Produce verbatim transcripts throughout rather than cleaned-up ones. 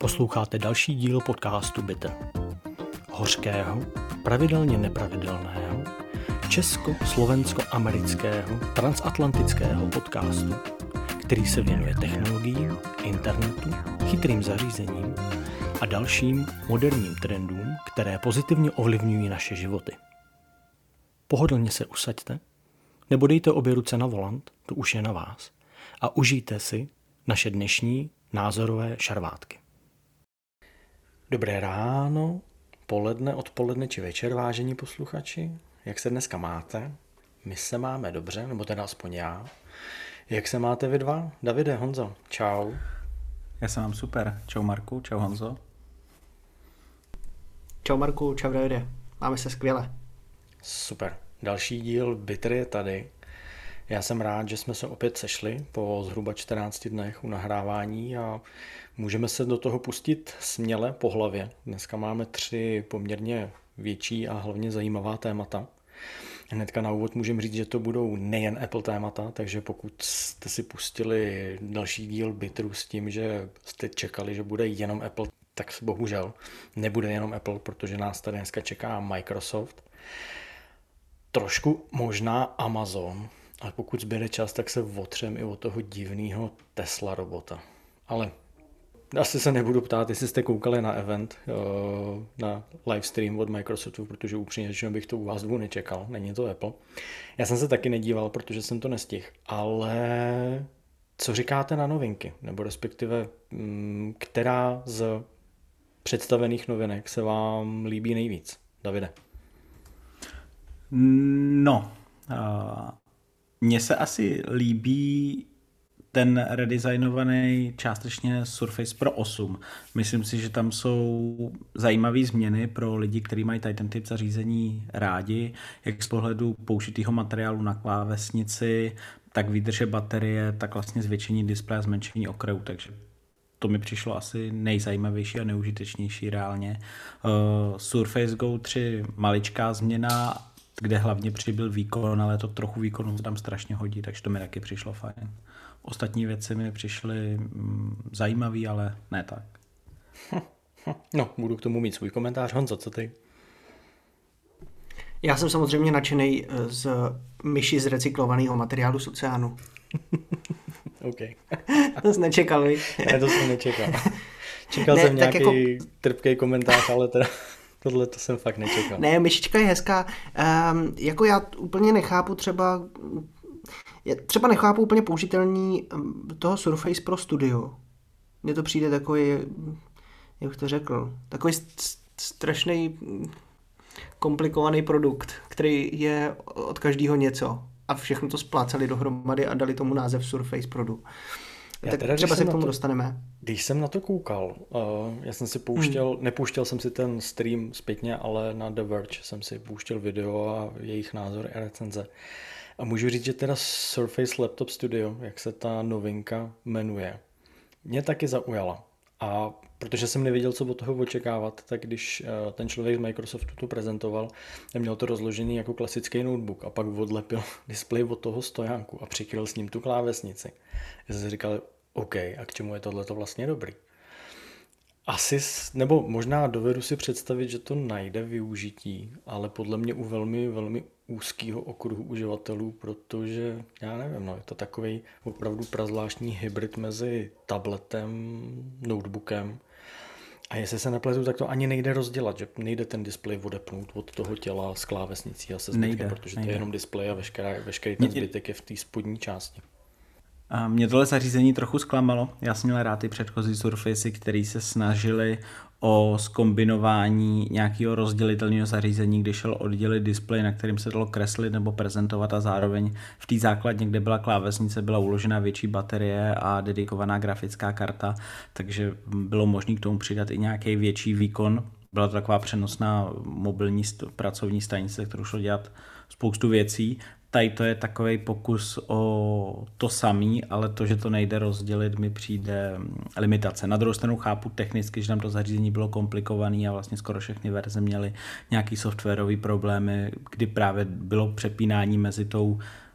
Posloucháte další díl podcastu Bitter. Hořkého, pravidelně nepravidelného, česko-slovensko-amerického transatlantického podcastu, který se věnuje technologiím, internetu, chytrým zařízením a dalším moderním trendům, které pozitivně ovlivňují naše životy. Pohodlně se usaďte, nebo dejte obě ruce na volant, to už je na vás, a užijte si naše dnešní názorové šarvátky. Dobré ráno, poledne, odpoledne či večer, vážení posluchači. Jak se dneska máte? My se máme dobře, nebo teda aspoň já. Jak se máte vy dva? Davide, Honzo, čau. Já se mám super. Čau Marku, čau Honzo. Čau Marku, čau Davide. Máme se skvěle. Super. Další díl Bitter je tady. Já jsem rád, že jsme se opět sešli po zhruba čtrnácti dnech u nahrávání a můžeme se do toho pustit směle po hlavě. Dneska máme tři poměrně větší a hlavně zajímavá témata. Hnedka na úvod můžeme říct, že to budou nejen Apple témata, takže pokud jste si pustili další díl Bitteru s tím, že jste čekali, že bude jenom Apple, tak bohužel nebude jenom Apple, protože nás tady dneska čeká Microsoft. Trošku možná Amazon, ale pokud zbyde čas, tak se otřem i od toho divného Tesla robota. Ale asi se nebudu ptát, jestli jste koukali na event, na livestream od Microsoftu, protože upřímně řečeno bych to u vás dvou nečekal, není to Apple. Já jsem se taky nedíval, protože jsem to nestihl, ale co říkáte na novinky, nebo respektive která z představených novinek se vám líbí nejvíc? Davide. No, uh, mně se asi líbí ten redesignovaný částečně Surface Pro osm. Myslím si, že tam jsou zajímavé změny pro lidi, kteří mají tady ten typ zařízení rádi, jak z pohledu použitého materiálu na klávesnici, tak výdrže baterie, tak vlastně zvětšení displeje a zmenšení okrajů, takže to mi přišlo asi nejzajímavější a neužitečnější reálně. Uh, Surface Go tři maličká změna, kde hlavně přibyl výkon, ale to trochu výkonu se tam strašně hodí, takže to mi taky přišlo fajn. Ostatní věci mi přišly mm, zajímavý, ale ne tak. No, budu k tomu mít svůj komentář. Honzo, co ty? Já jsem samozřejmě nadšenej z myši z recyklovaného materiálu z oceánu. OK. To jsi nečekal, vy? Ne, to jsem nečekal. Čekal ne, jsem nějaký jako trpký komentář, ale teda tohle to jsem fakt nečekal. Ne, myšička je hezká. Um, jako já úplně nechápu třeba třeba nechápu úplně použitelný toho Surface Pro Studio. Mně to přijde takový, jak bych to řekl, takový strašný komplikovaný produkt, který je od každého něco a všechno to splácali dohromady a dali tomu název Surface Pro. Tak teda, třeba se k tomu to, dostaneme. Když jsem na to koukal, uh, já jsem si pouštěl, hmm. nepouštěl jsem si ten stream zpětně, ale na The Verge jsem si pouštěl video a jejich názory a recenze. A můžu říct, že teda Surface Laptop Studio, jak se ta novinka jmenuje, mě taky zaujala. A protože jsem nevěděl, co od toho očekávat, tak když ten člověk z Microsoftu to prezentoval, měl to rozložený jako klasický notebook a pak odlepil displej od toho stojánku a přikryl s ním tu klávesnici. Já jsem si říkal, OK, a k čemu je tohleto vlastně dobrý? Asi, nebo možná dovedu si představit, že to najde využití, ale podle mě u velmi, velmi úzkého okruhu uživatelů, protože, já nevím, no, je to takový opravdu prazvláštní hybrid mezi tabletem, notebookem a jestli se nepletu, tak to ani nejde rozdělat, že nejde ten displej odepnout od toho těla s klávesnicí a se zbytkem, protože nejde. To je jenom displej a veškerý, veškerý ten zbytek je v té spodní části. A mě tohle zařízení trochu zklamalo. Já jsem měl rád ty předchozí Surface, které se snažili o zkombinování nějakého rozdělitelného zařízení, kde šel oddělit displej, na kterým se dalo kreslit nebo prezentovat a zároveň v té základně, kde byla klávesnice, byla uložena větší baterie a dedikovaná grafická karta, takže bylo možné k tomu přidat i nějaký větší výkon. Byla to taková přenosná mobilní st- pracovní stanice, kterou šlo dělat spoustu věcí. Tady to je takový pokus o to samý, ale to, že to nejde rozdělit, mi přijde limitace. Na druhou stranu chápu technicky, že tam to zařízení bylo komplikované a vlastně skoro všechny verze měly nějaký softwarové problémy, kdy právě bylo přepínání mezi tou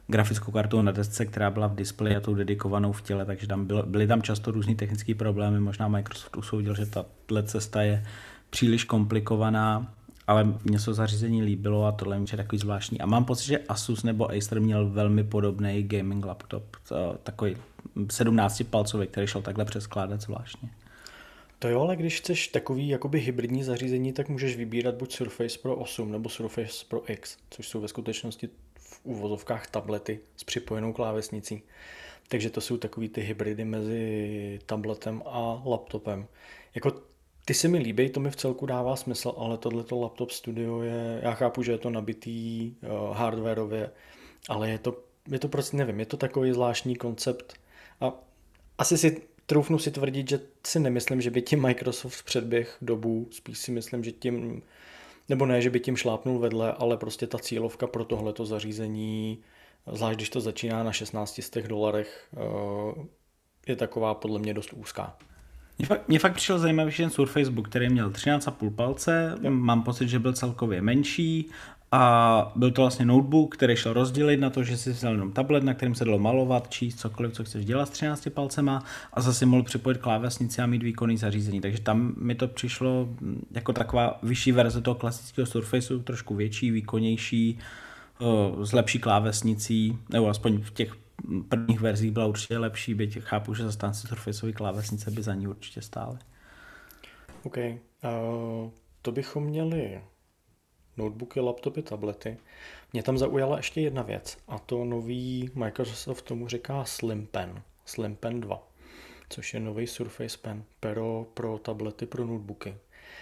grafickou kartou na desce, která byla v displeji a tou dedikovanou v těle, takže tam bylo, byly tam často různý technické problémy, možná Microsoft usoudil, že tato cesta je příliš komplikovaná, ale mně se zařízení líbilo a tohle je takový zvláštní. A mám pocit, že Asus nebo Acer měl velmi podobný gaming laptop, takový sedmnáctipalcový, který šel takhle přeskládat zvláštně. To jo, ale když chceš takový jakoby hybridní zařízení, tak můžeš vybírat buď Surface Pro osm nebo Surface Pro X, což jsou ve skutečnosti v uvozovkách tablety s připojenou klávesnicí. Takže to jsou takový ty hybridy mezi tabletem a laptopem. Jako ty se mi líbí, to mi v celku dává smysl, ale tohleto laptop studio je, já chápu, že je to nabitý uh, hardwareově, ale je to, je to prostě, nevím, je to takový zvláštní koncept a asi si troufnu si tvrdit, že si nemyslím, že by tím Microsoft předběh dobu, spíš si myslím, že tím, nebo ne, že by tím šlápnul vedle, ale prostě ta cílovka pro tohleto zařízení, zvlášť když to začíná na šestnácti stech dolarech, je taková podle mě dost úzká. Mně fakt, mě fakt přišel zajímavý ten Surface Book, který měl třináct a půl palce, jo. Mám pocit, že byl celkově menší a byl to vlastně notebook, který šel rozdělit na to, že si vzal jenom tablet, na kterým se dalo malovat, číst cokoliv, co chceš dělat s třinácti palcema a zase mohl připojit klávesnici a mít výkonný zařízení. Takže tam mi to přišlo jako taková vyšší verze toho klasického Surfaceu, trošku větší, výkonnější, s lepší klávesnicí, nebo aspoň v těch prvních verzích byla určitě lepší, byť chápu, že zastánci Surfaceový klávesnice by za ní určitě stály. OK. Uh, to bychom měli notebooky, laptopy, tablety. Mě tam zaujala ještě jedna věc a to nový Microsoft tomu říká Slim Pen. Slim Pen dva, což je nový Surface Pen, pero pro tablety, pro notebooky.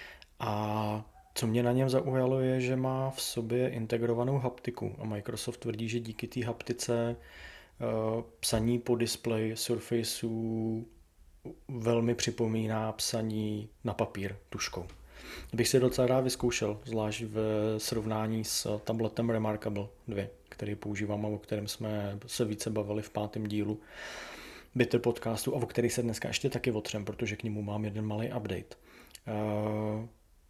A co mě na něm zaujalo je, že má v sobě integrovanou haptiku a Microsoft tvrdí, že díky té haptice uh, psaní po displeji Surfaceu velmi připomíná psaní na papír tužkou. Bych si docela rád vyzkoušel, zvlášť v srovnání s tabletem Remarkable dva, který používám a o kterém jsme se více bavili v pátém dílu Bitter podcastu a o který se dneska ještě taky otřem, protože k němu mám jeden malý update. Uh,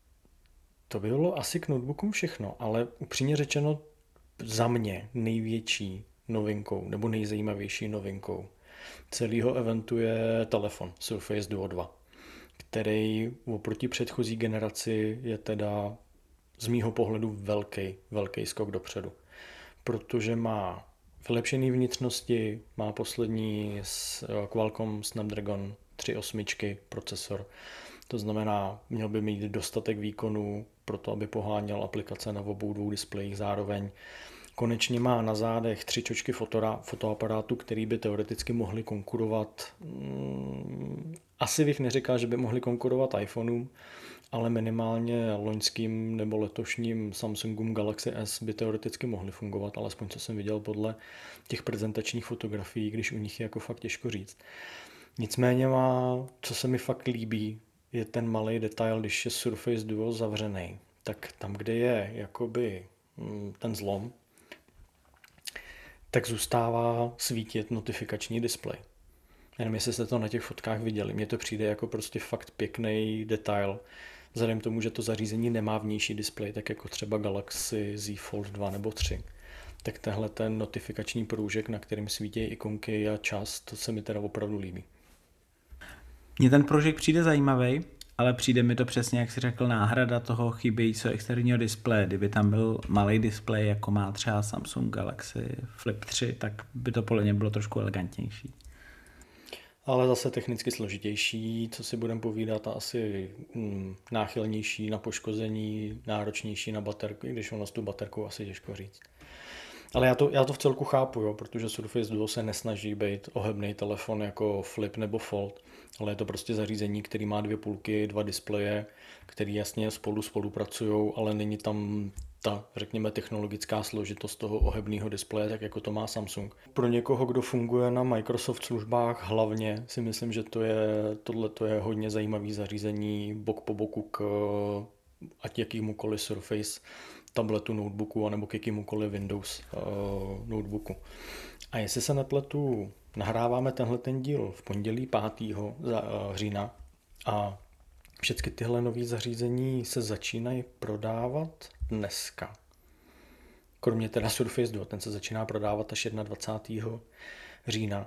to by bylo asi k notebookům všechno, ale upřímně řečeno za mě největší novinkou nebo nejzajímavější novinkou celého eventu je telefon Surface Duo dva, který oproti předchozí generaci je teda z mýho pohledu velký, velký skok dopředu, protože má vylepšený vnitřnosti, má poslední Qualcomm Snapdragon tři osm procesor, to znamená, měl by mít dostatek výkonu pro to, aby poháněl aplikace na obou dvou displejích zároveň. Konečně má na zádech tři čočky fotora, fotoaparátu, který by teoreticky mohly konkurovat. Asi bych neříkal, že by mohly konkurovat iPhoneům, ale minimálně loňským nebo letošním Samsungům Galaxy S by teoreticky mohly fungovat, alespoň co jsem viděl podle těch prezentačních fotografií, když u nich je jako fakt těžko říct. Nicméně má, co se mi fakt líbí, je ten malý detail, když je Surface Duo zavřený, tak tam, kde je jakoby ten zlom, tak zůstává svítit notifikační displej. Jenom jestli jste to na těch fotkách viděli, mně to přijde jako prostě fakt pěkný detail. Vzhledem k tomu, že to zařízení nemá vnější displej, tak jako třeba Galaxy Z Fold dva nebo tři, tak tenhle ten notifikační proužek, na kterým svítí ikonky a čas, to se mi teda opravdu líbí. Mně ten proužek přijde zajímavý, ale přijde mi to přesně, jak jsi řekl, náhrada toho chybějícího externího displeje. Kdyby tam byl malý displej, jako má třeba Samsung Galaxy Flip tři, tak by to podle mě bylo trošku elegantnější. Ale zase technicky složitější, co si budeme povídat, a asi hm, náchylnější na poškození, náročnější na baterku, i když ono s tu baterkou asi těžko říct. Ale já to, já to v celku chápu, jo, protože Surface Duo se nesnaží být ohebný telefon jako Flip nebo Fold, ale je to prostě zařízení, který má dvě půlky, dva displeje, který jasně spolu spolupracují, ale není tam ta, řekněme, technologická složitost toho ohebného displeje, tak jako to má Samsung. Pro někoho, kdo funguje na Microsoft službách hlavně, si myslím, že to je, tohle to je hodně zajímavý zařízení bok po boku k ať jakýmukoliv Surface tabletu, notebooku, anebo k jakýmukoliv Windows uh, notebooku. A jestli se nepletu, nahráváme tenhle ten díl v pondělí pátého října a všechny tyhle nové zařízení se začínají prodávat dneska. kromě teda Surface Duo, ten se začíná prodávat až dvacátého prvního října.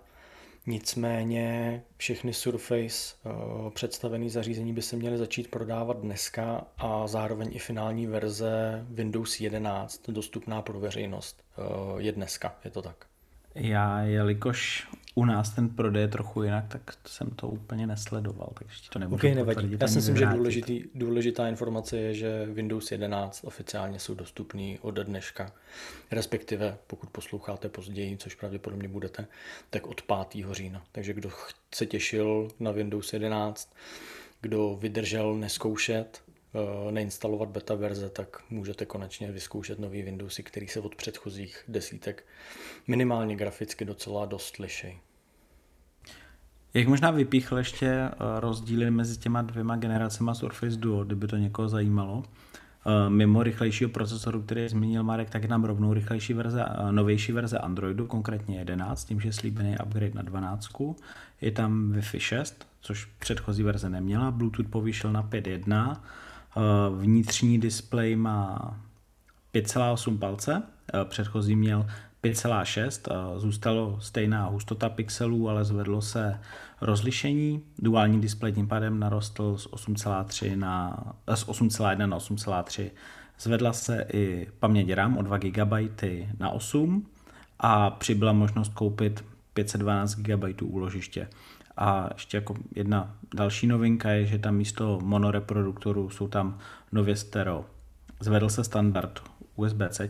Nicméně všechny Surface uh, představené zařízení by se měly začít prodávat dneska a zároveň i finální verze Windows jedenáct dostupná pro veřejnost uh, je dneska, je to tak. Já, jelikož u nás ten prodej je trochu jinak, tak jsem to úplně nesledoval, takže to nemůžu okay, nevadí. potvrdit. Já si myslím, že důležitý, důležitá informace je, že Windows jedenáct oficiálně jsou dostupný od dneška, respektive pokud posloucháte později, což pravděpodobně budete, tak od pátého října. Takže kdo se těšil na Windows jedenáct, kdo vydržel neskoušet, neinstalovat beta verze, tak můžete konečně vyzkoušet nový Windowsy, který se od předchozích desítek minimálně graficky docela dost liší. Jak možná vypíchl ještě rozdíly mezi těma dvěma generacemi Surface Duo, kdyby to někoho zajímalo. Mimo rychlejšího procesoru, který zmínil Marek, tak je tam rovnou rychlejší verze, novější verze Androidu, konkrétně jedenáct, tím, že je slíbený upgrade na dvanáct. Je tam Wi-Fi šest, což předchozí verze neměla, Bluetooth povýšil na pět tečka jedna, vnitřní displej má pět celá osm palce, předchozí měl pět celá šest, zůstalo stejná hustota pixelů, ale zvedlo se rozlišení. Duální displej tím pádem narostl z osm celá tři na, z osm celá jedna na osm celá tři. Zvedla se i paměť RAM o dva gigabajty na osm a přibyla možnost koupit pět set dvanáct gigabajtů úložiště. A ještě jako jedna další novinka je, že tam místo monoreproduktorů jsou tam nově stereo. Zvedl se standard U S B C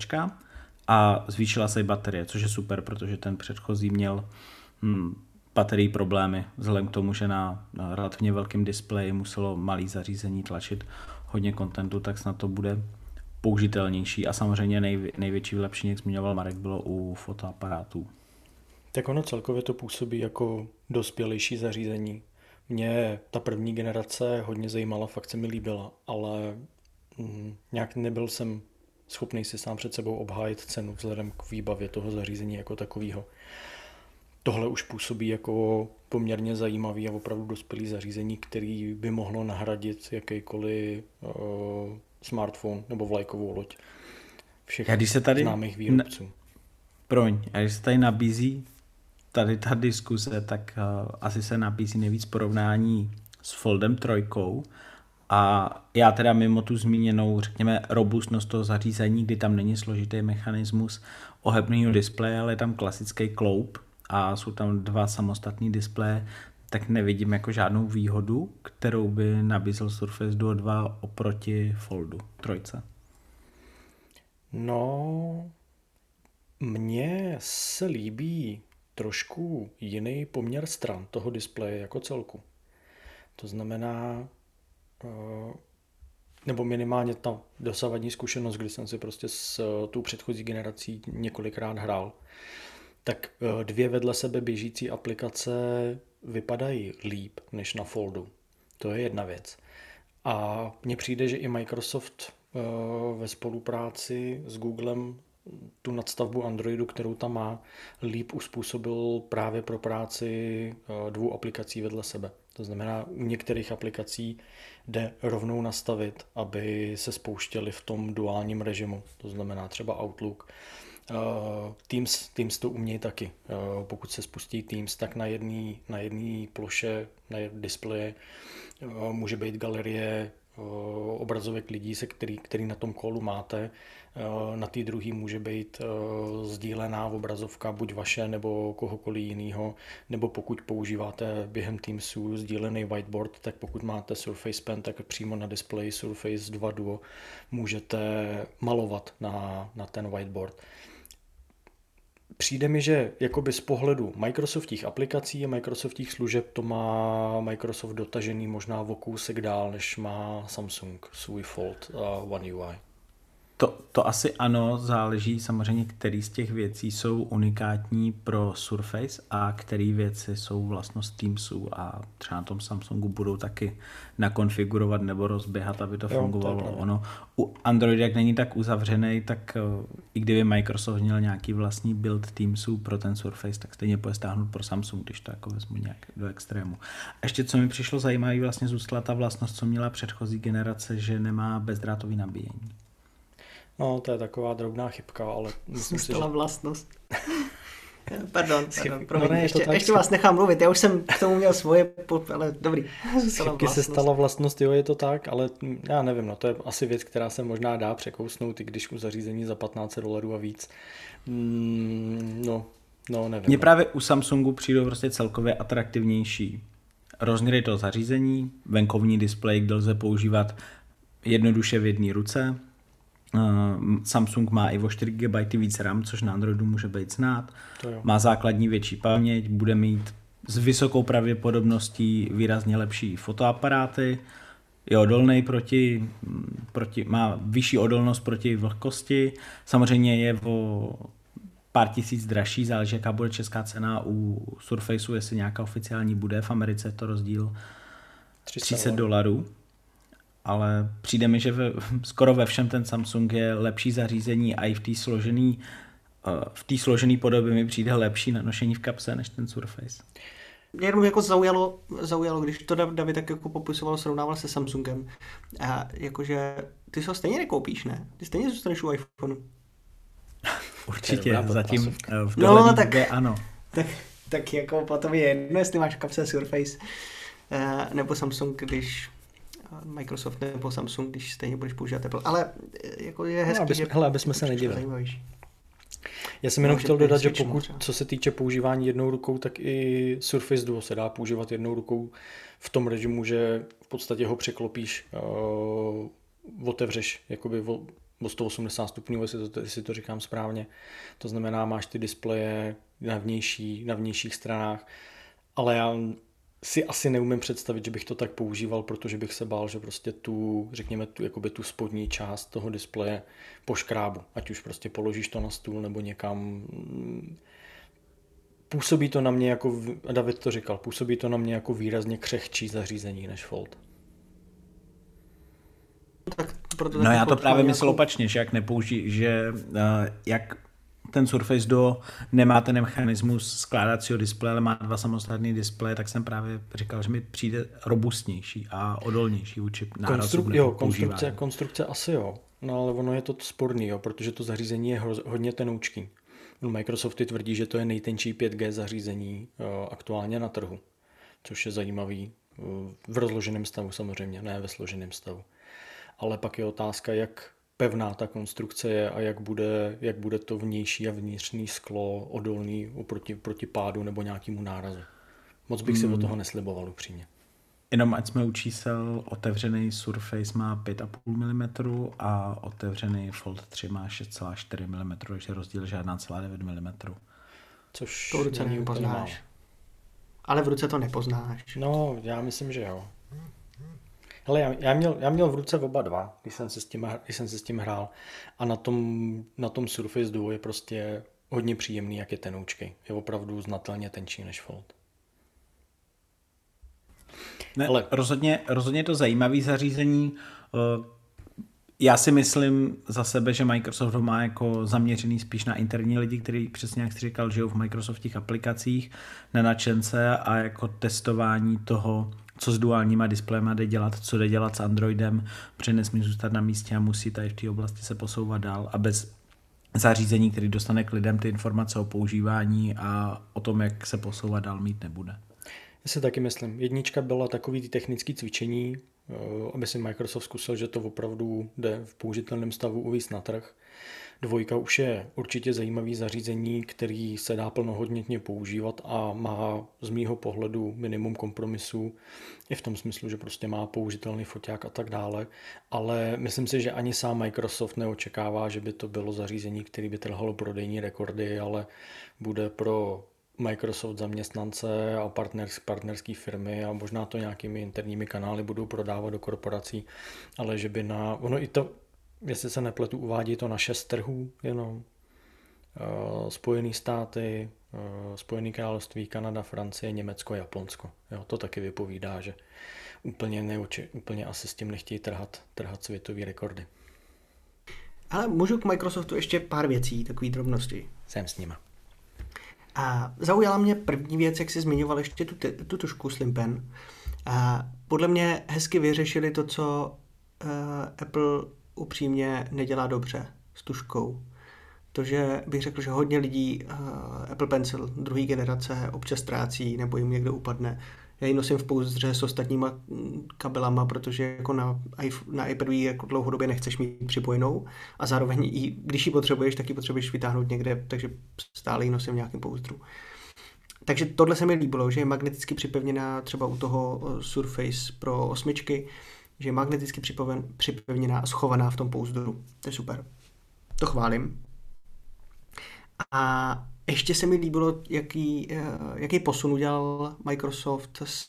a zvýšila se i baterie, což je super, protože ten předchozí měl hmm, baterii problémy, vzhledem k tomu, že na, na relativně velkém displeji muselo malý zařízení tlačit hodně kontentu, tak snad to bude použitelnější a samozřejmě nej, největší vylepšení, jak zmiňoval Marek, bylo u fotoaparátů. Tak ono celkově to působí jako dospělejší zařízení. Mě ta první generace hodně zajímala, fakt se mi líbila, ale mm, nějak nebyl jsem schopný si sám před sebou obhájit cenu vzhledem k výbavě toho zařízení jako takového. Tohle už působí jako poměrně zajímavý a opravdu dospělý zařízení, který by mohlo nahradit jakýkoliv uh, smartphone nebo vlajkovou loď všech Já, když se tady známých výrobců. Ne, proň, a když se tady nabízí tady ta diskuse, tak uh, asi se nabízí nejvíc porovnání s Foldem trojkou. A já teda mimo tu zmíněnou, řekněme, robustnost toho zařízení, kdy tam není složitý mechanismus ohebného displeje, ale je tam klasický kloub a jsou tam dva samostatný displeje, tak nevidím jako žádnou výhodu, kterou by nabízel Surface Duo dva oproti Foldu trojce. No, mně se líbí trošku jiný poměr stran toho displeje jako celku. To znamená, nebo minimálně ta dosavadní zkušenost, kdy jsem si prostě s tou předchozí generací několikrát hrál, tak dvě vedle sebe běžící aplikace vypadají líp než na Foldu. To je jedna věc. A mně přijde, že i Microsoft ve spolupráci s Googlem tu nadstavbu Androidu, kterou tam má, líp uspůsobil právě pro práci dvou aplikací vedle sebe. To znamená, u některých aplikací jde rovnou nastavit, aby se spouštěly v tom duálním režimu. To znamená třeba Outlook. Teams, Teams to umějí taky. Pokud se spustí Teams, tak na jedné na jedné ploše, na displeji může být galerie obrazovek lidí, se který, který na tom kolu máte. Na té druhé může být sdílená obrazovka buď vaše nebo kohokoliv jiného, nebo pokud používáte během Teamsu sdílený whiteboard, tak pokud máte Surface Pen, tak přímo na displeji Surface dva Duo můžete malovat na, na ten whiteboard. Přijde mi, že jakoby z pohledu Microsoftích aplikací a Microsoftích služeb to má Microsoft dotažený možná o kousek dál, než má Samsung svůj Fold a One U I. To, to asi ano, záleží samozřejmě, který z těch věcí jsou unikátní pro Surface a které věci jsou vlastnost Teamsu a třeba na tom Samsungu budou taky nakonfigurovat nebo rozběhat, aby to jo, fungovalo. To ono, u Androidu, jak není tak uzavřený, tak uh, i kdyby Microsoft měl nějaký vlastní build Teamsu pro ten Surface, tak stejně půjde stáhnout pro Samsung, když to jako vezmu nějak do extrému. A ještě co mi přišlo zajímavé, vlastně zůstala ta vlastnost, co měla předchozí generace, že nemá bezdrátový nabíjení. No, to je taková drobná chybka, ale myslím si, že... vlastnost. Pardon, pardon, promiň, no ne, ještě, tak... ještě vás nechám mluvit, já už jsem k tomu měl svoje, ale dobrý. Chybky se stala vlastnost, jo, je to tak, ale já nevím, no to je asi věc, která se možná dá překousnout, i když u zařízení za patnáct set dolarů a víc. Mm, no, no, nevím. Mně právě u Samsungu přijdou prostě celkově atraktivnější rozměry toho zařízení, venkovní displej, kde lze používat jednoduše v jedné ruce. Samsung má i o čtyři gigabyty víc RAM, což na Androidu může být znát. Má základní větší paměť, bude mít s vysokou pravděpodobností výrazně lepší fotoaparáty, je odolný proti, proti, má vyšší odolnost proti vlhkosti, samozřejmě je o pár tisíc dražší, záleží, jaká bude česká cena u Surfaceu, jestli nějaká oficiální bude, v Americe je to rozdíl tři sta dolarů. Ale přijde mi, že ve, skoro ve všem ten Samsung je lepší zařízení a i v té složené v té složené podobě mi přijde lepší na nošení v kapse než ten Surface. Mě jenom jako zaujalo, zaujalo, když to David tak jako popisoval, srovnával se Samsungem. A jakože ty se ho stejně nekoupíš, ne? Ty stejně zůstaneš u iPhoneu. Určitě, zatím v dohledné no, tak, době ano. Tak, tak jako potom je jedno, jestli máš v kapse Surface nebo Samsung, když Microsoft nebo Samsung, když stejně budeš používat Apple. Ale jako je hezký, no, aby jsme, že... Hele, aby jsme se nedivili. Já jsem jenom chtěl dodat, že pokud, třeba. co se týče používání jednou rukou, tak i Surface Duo se dá používat jednou rukou v tom režimu, že v podstatě ho překlopíš, uh, otevřeš jakoby o, o sto osmdesát stupňů, jestli to, jestli to říkám správně. To znamená, máš ty displeje na, vnější, na vnějších stranách, ale já si asi neumím představit, že bych to tak používal, protože bych se bál, že prostě tu, řekněme, tu, jakoby tu spodní část toho displeje poškrábu. Ať už prostě položíš to na stůl nebo někam. Působí to na mě jako, David to říkal, působí to na mě jako výrazně křehčí zařízení než Fold. Tak proto no já to právě myslel jako... opačně, že jak nepouží, že uh, jak ten Surface Duo nemá ten mechanismus skládacího displeje, ale má dva samostatné displeje, tak jsem právě říkal, že mi přijde robustnější a odolnější vůči nárazům Konstru- jo, konstrukce, konstrukce asi jo, no ale ono je to sporný, jo, protože to zařízení je hro- hodně tenoučký. Microsofty tvrdí, že to je nejtenčí pět G zařízení uh, aktuálně na trhu, což je zajímavý uh, v rozloženém stavu samozřejmě, ne ve složeném stavu. Ale pak je otázka, jak pevná ta konstrukce je a jak bude, jak bude to vnější a vnitřní sklo odolný oproti, proti pádu nebo nějakému nárazu. Moc bych si hmm. od toho nesliboval upřímně. Jenom ať jsme u čísel, otevřený Surface má pět celá pět milimetru a otevřený Fold tři má šest celá čtyři milimetru, takže rozdíl žádná celá devět milimetrů. Což to v ruce nepoznáš. Ale v ruce to nepoznáš. No, já myslím, že jo. Hele, já, já, měl, já měl v ruce oba dva, když jsem se s tím, když jsem se s tím hrál. A na tom, na tom Surface Duo je prostě hodně příjemný, jak je tenoučkej. Je opravdu znatelně tenčí než Fold. Ne, Ale... rozhodně, rozhodně to zajímavé zařízení. Já si myslím za sebe, že Microsoft ho má jako zaměřený spíš na interní lidi, kteří přesně jak jsi říkal, žijou v Microsoftích aplikacích, na nadšence a jako testování toho, co s duálníma displejema jde dělat, co jde dělat s Androidem, protože nesmí zůstat na místě a musí tady v té oblasti se posouvat dál a bez zařízení, který dostane k lidem ty informace o používání a o tom, jak se posouvat dál, mít nebude. Já si taky myslím. Jednička byla takový technický cvičení, aby si Microsoft zkusil, že to opravdu jde v použitelném stavu uvést na trh. Dvojka už je určitě zajímavý zařízení, který se dá plnohodnotně používat a má z mýho pohledu minimum kompromisů i v tom smyslu, že prostě má použitelný foťák a tak dále, ale myslím si, že ani sám Microsoft neočekává, že by to bylo zařízení, který by trhalo prodejní rekordy, ale bude pro Microsoft zaměstnance a partners, partnerské firmy a možná to nějakými interními kanály budou prodávat do korporací, ale že by na... Ono i to, jestli se nepletu, uvádí to na šest trhů jenom. Uh, Spojené státy, uh, Spojené království, Kanada, Francie, Německo, Japonsko. Jo, to taky vypovídá, že úplně, neoči, úplně asi s tím nechtějí trhat, trhat světové rekordy. Ale můžu k Microsoftu ještě pár věcí, takový drobnosti. Jsem s nima. A zaujala mě první věc, jak jsi zmiňoval ještě tu, tu tušku Slim Pen. A podle mě hezky vyřešili to, co uh, Apple upřímně nedělá dobře. s tužkou. To, že bych řekl, že hodně lidí uh, Apple Pencil druhé generace občas ztrácí nebo jim někdo upadne. Já ji nosím v pouzdře s ostatníma kabelama, protože jako na, na iPadu ji jako dlouhodobě nechceš mít připojenou a zároveň i když ji potřebuješ, tak ji potřebuješ vytáhnout někde, takže stále ji nosím v nějakém pouzdru. Takže tohle se mi líbilo, že je magneticky připevněná třeba u toho Surface Pro osmičky, že je magneticky připevněná a schovaná v tom pouzdru. To je super. To chválím. A ještě se mi líbilo, jaký, jaký posun udělal Microsoft s,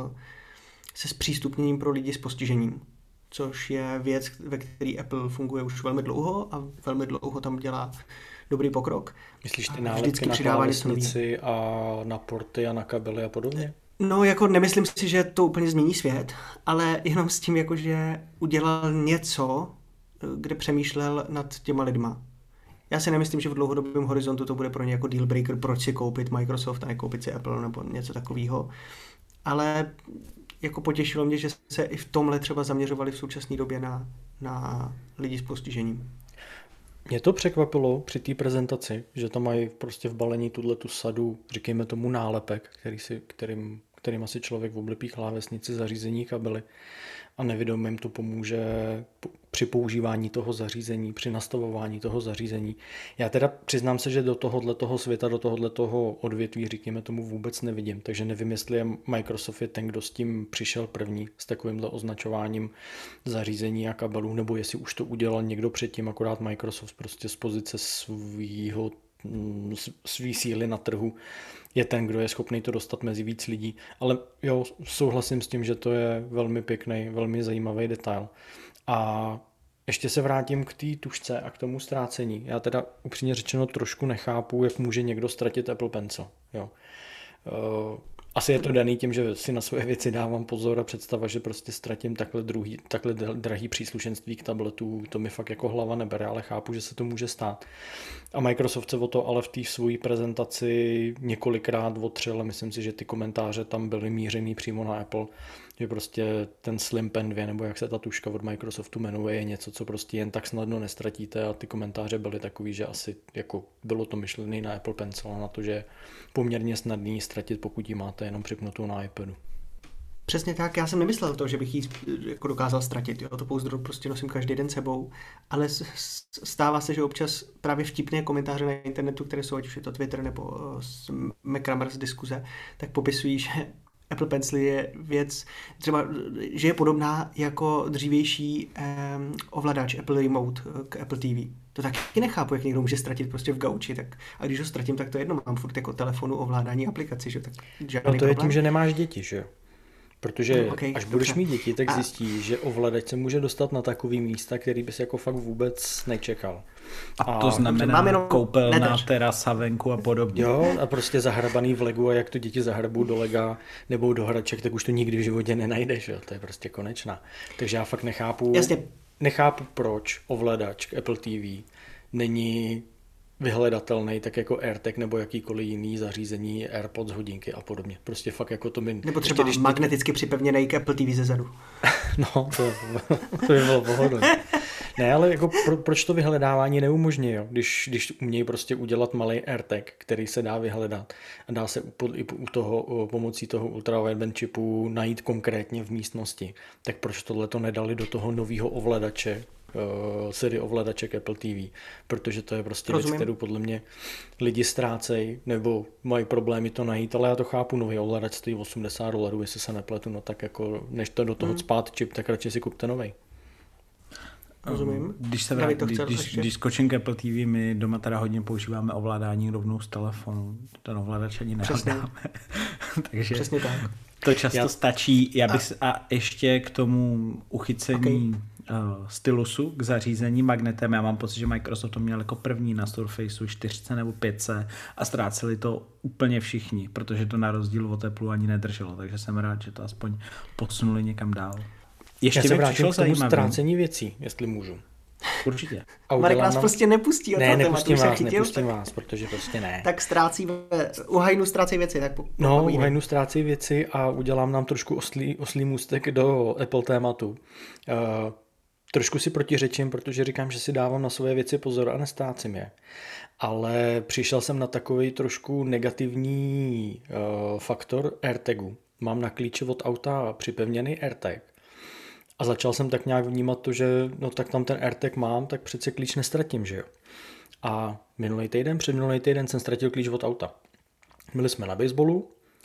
se zpřístupněním pro lidi s postižením, což je věc, ve které Apple funguje už velmi dlouho a velmi dlouho tam dělá dobrý pokrok. Myslíš ty nálepky na klávesnici a na porty a na kabely a podobně? No, jako nemyslím si, že to úplně změní svět, ale jenom s tím, jako, že udělal něco, kde přemýšlel nad těma lidma. Já si nemyslím, že v dlouhodobém horizontu to bude pro ně jako deal breaker, proč si koupit Microsoft a nekoupit si Apple nebo něco takového. Ale jako potěšilo mě, že se i v tomhle třeba zaměřovali v současné době na, na lidi s postižením. Mě to překvapilo při té prezentaci, že tam mají prostě v balení tuhletu sadu, říkejme tomu nálepek, který si, kterým, kterým asi člověk oblepí klávesnici, zařízení, kabely a nevědomým to pomůže při používání toho zařízení, při nastavování toho zařízení. Já teda přiznám se, že do tohohle toho světa, do tohohle toho odvětví, říkejme tomu, vůbec nevidím, takže nevím, jestli je Microsoft je ten, kdo s tím přišel první, s takovýmhle označováním zařízení a kabelů, nebo jestli už to udělal někdo předtím, akorát Microsoft prostě z pozice svýho, svý síly na trhu je ten, kdo je schopný to dostat mezi víc lidí. Ale jo, souhlasím s tím, že to je velmi pěkný, velmi zajímavý detail. A ještě se vrátím k té tužce a k tomu ztrácení. Já teda upřímně řečeno trošku nechápu, jak může někdo ztratit Apple Pencil. Jo. Uh, asi je to daný tím, že si na své věci dávám pozor a představa, že prostě ztratím takhle, druhý, takhle drahý příslušenství k tabletu, to mi fakt jako hlava nebere, ale chápu, že se to může stát. A Microsoft se o to ale v té své prezentaci několikrát otřel a myslím si, že ty komentáře tam byly mířený přímo na Apple, že prostě ten Slim Pen dva, nebo jak se ta tužka od Microsoftu jmenuje, je něco, co prostě jen tak snadno nestratíte a ty komentáře byly takový, že asi jako bylo to myšlený na Apple Pencil a na to, že je poměrně snadný ztratit, pokud ji máte jenom připnutou na iPadu. Přesně tak, já jsem nemyslel to, že bych ji jako dokázal ztratit, jo? To pouzdro prostě nosím každý den sebou, ale stává se, že občas právě vtipné komentáře na internetu, které jsou, ať už je to Twitter nebo z Macramers diskuze, tak popisují, že Apple Pencil je věc, třeba, že je podobná jako dřívější um, ovladač Apple Remote k Apple T V. To taky nechápu, jak někdo může ztratit prostě v gauči, tak a když ho ztratím, tak to je jedno, mám furt jako telefonu ovládání aplikaci, že tak žádný no to je problém. tím, že nemáš děti, že jo? Protože no, okay, až budeš dobře. mít děti, tak a... zjistíš, že ovladač se může dostat na takový místa, který bys jako fakt vůbec nečekal. A, a to znamená mám jenom koupelna, nedař. terasa venku a podobně. Jo, a prostě zahrabaný v Legu a jak to děti zahrabou do Lega nebo do hraček, tak už to nikdy v životě nenajdeš, jo? To je prostě konečná. Takže já fakt nechápu, Jasně. nechápu, proč ovladač k Apple T V není vyhledatelný, tak jako AirTag nebo jakýkoliv jiný zařízení, AirPods, hodinky a podobně. Prostě fakt jako to mi... Nebo třeba ještě, magneticky připevněný k Apple T V zezadu. No, to, to by bylo pohodlné. Ne, ale jako pro, proč to vyhledávání neumožní, jo? Když, když umějí prostě udělat malý AirTag, který se dá vyhledat a dá se u, i u toho, pomocí toho ultrawideband čipu najít konkrétně v místnosti, tak proč tohle to nedali do toho nového ovladače, uh, série ovladaček Apple T V, protože to je prostě Rozumím. věc, kterou podle mě lidi ztrácejí, nebo mají problémy to najít, ale já to chápu, nový ovladač stojí osmdesát dolarů, jestli se nepletu, no tak jako, než to do toho hmm. cpát čip, tak radši si kupte novej. Rozumím. Když se vrát, když, když, když skočím k Apple T V, my doma teda hodně používáme ovládání rovnou z telefonu. Ten ovladač ani nehledáme. Takže Přesně tak. To často Já... stačí. Já bych a... a ještě k tomu uchycení okay. uh, stylusu k zařízení magnetem. Já mám pocit, že Microsoft to měl jako první na Surfaceu čtyři nebo pět a ztráceli to úplně všichni, protože to na rozdíl od Apple ani nedrželo. Takže jsem rád, že to aspoň posunuli někam dál. Ještě Já se vrátím k tomu ztrácení věcí, jestli můžu. Určitě. A Marek nás nám... prostě nepustí. Ne, nepustím vás, chytil, nepustím tak... vás, protože prostě ne. Tak ztrácí, u hajnu ztrácí věci. Tak po, no, u hajnu ztrácí věci a udělám nám trošku oslý, oslý můstek do Apple tématu. Uh, trošku si protiřečím, protože říkám, že si dávám na své věci pozor a nestrácím je. Ale přišel jsem na takový trošku negativní uh, faktor AirTagu. Mám na klíče od auta připevněný AirTag. A začal jsem tak nějak vnímat to, že no tak tam ten AirTag mám, tak přece klíč nestratím, že jo. A minulý týden, před minulý týden jsem ztratil klíč od auta. Byli jsme na baseballu,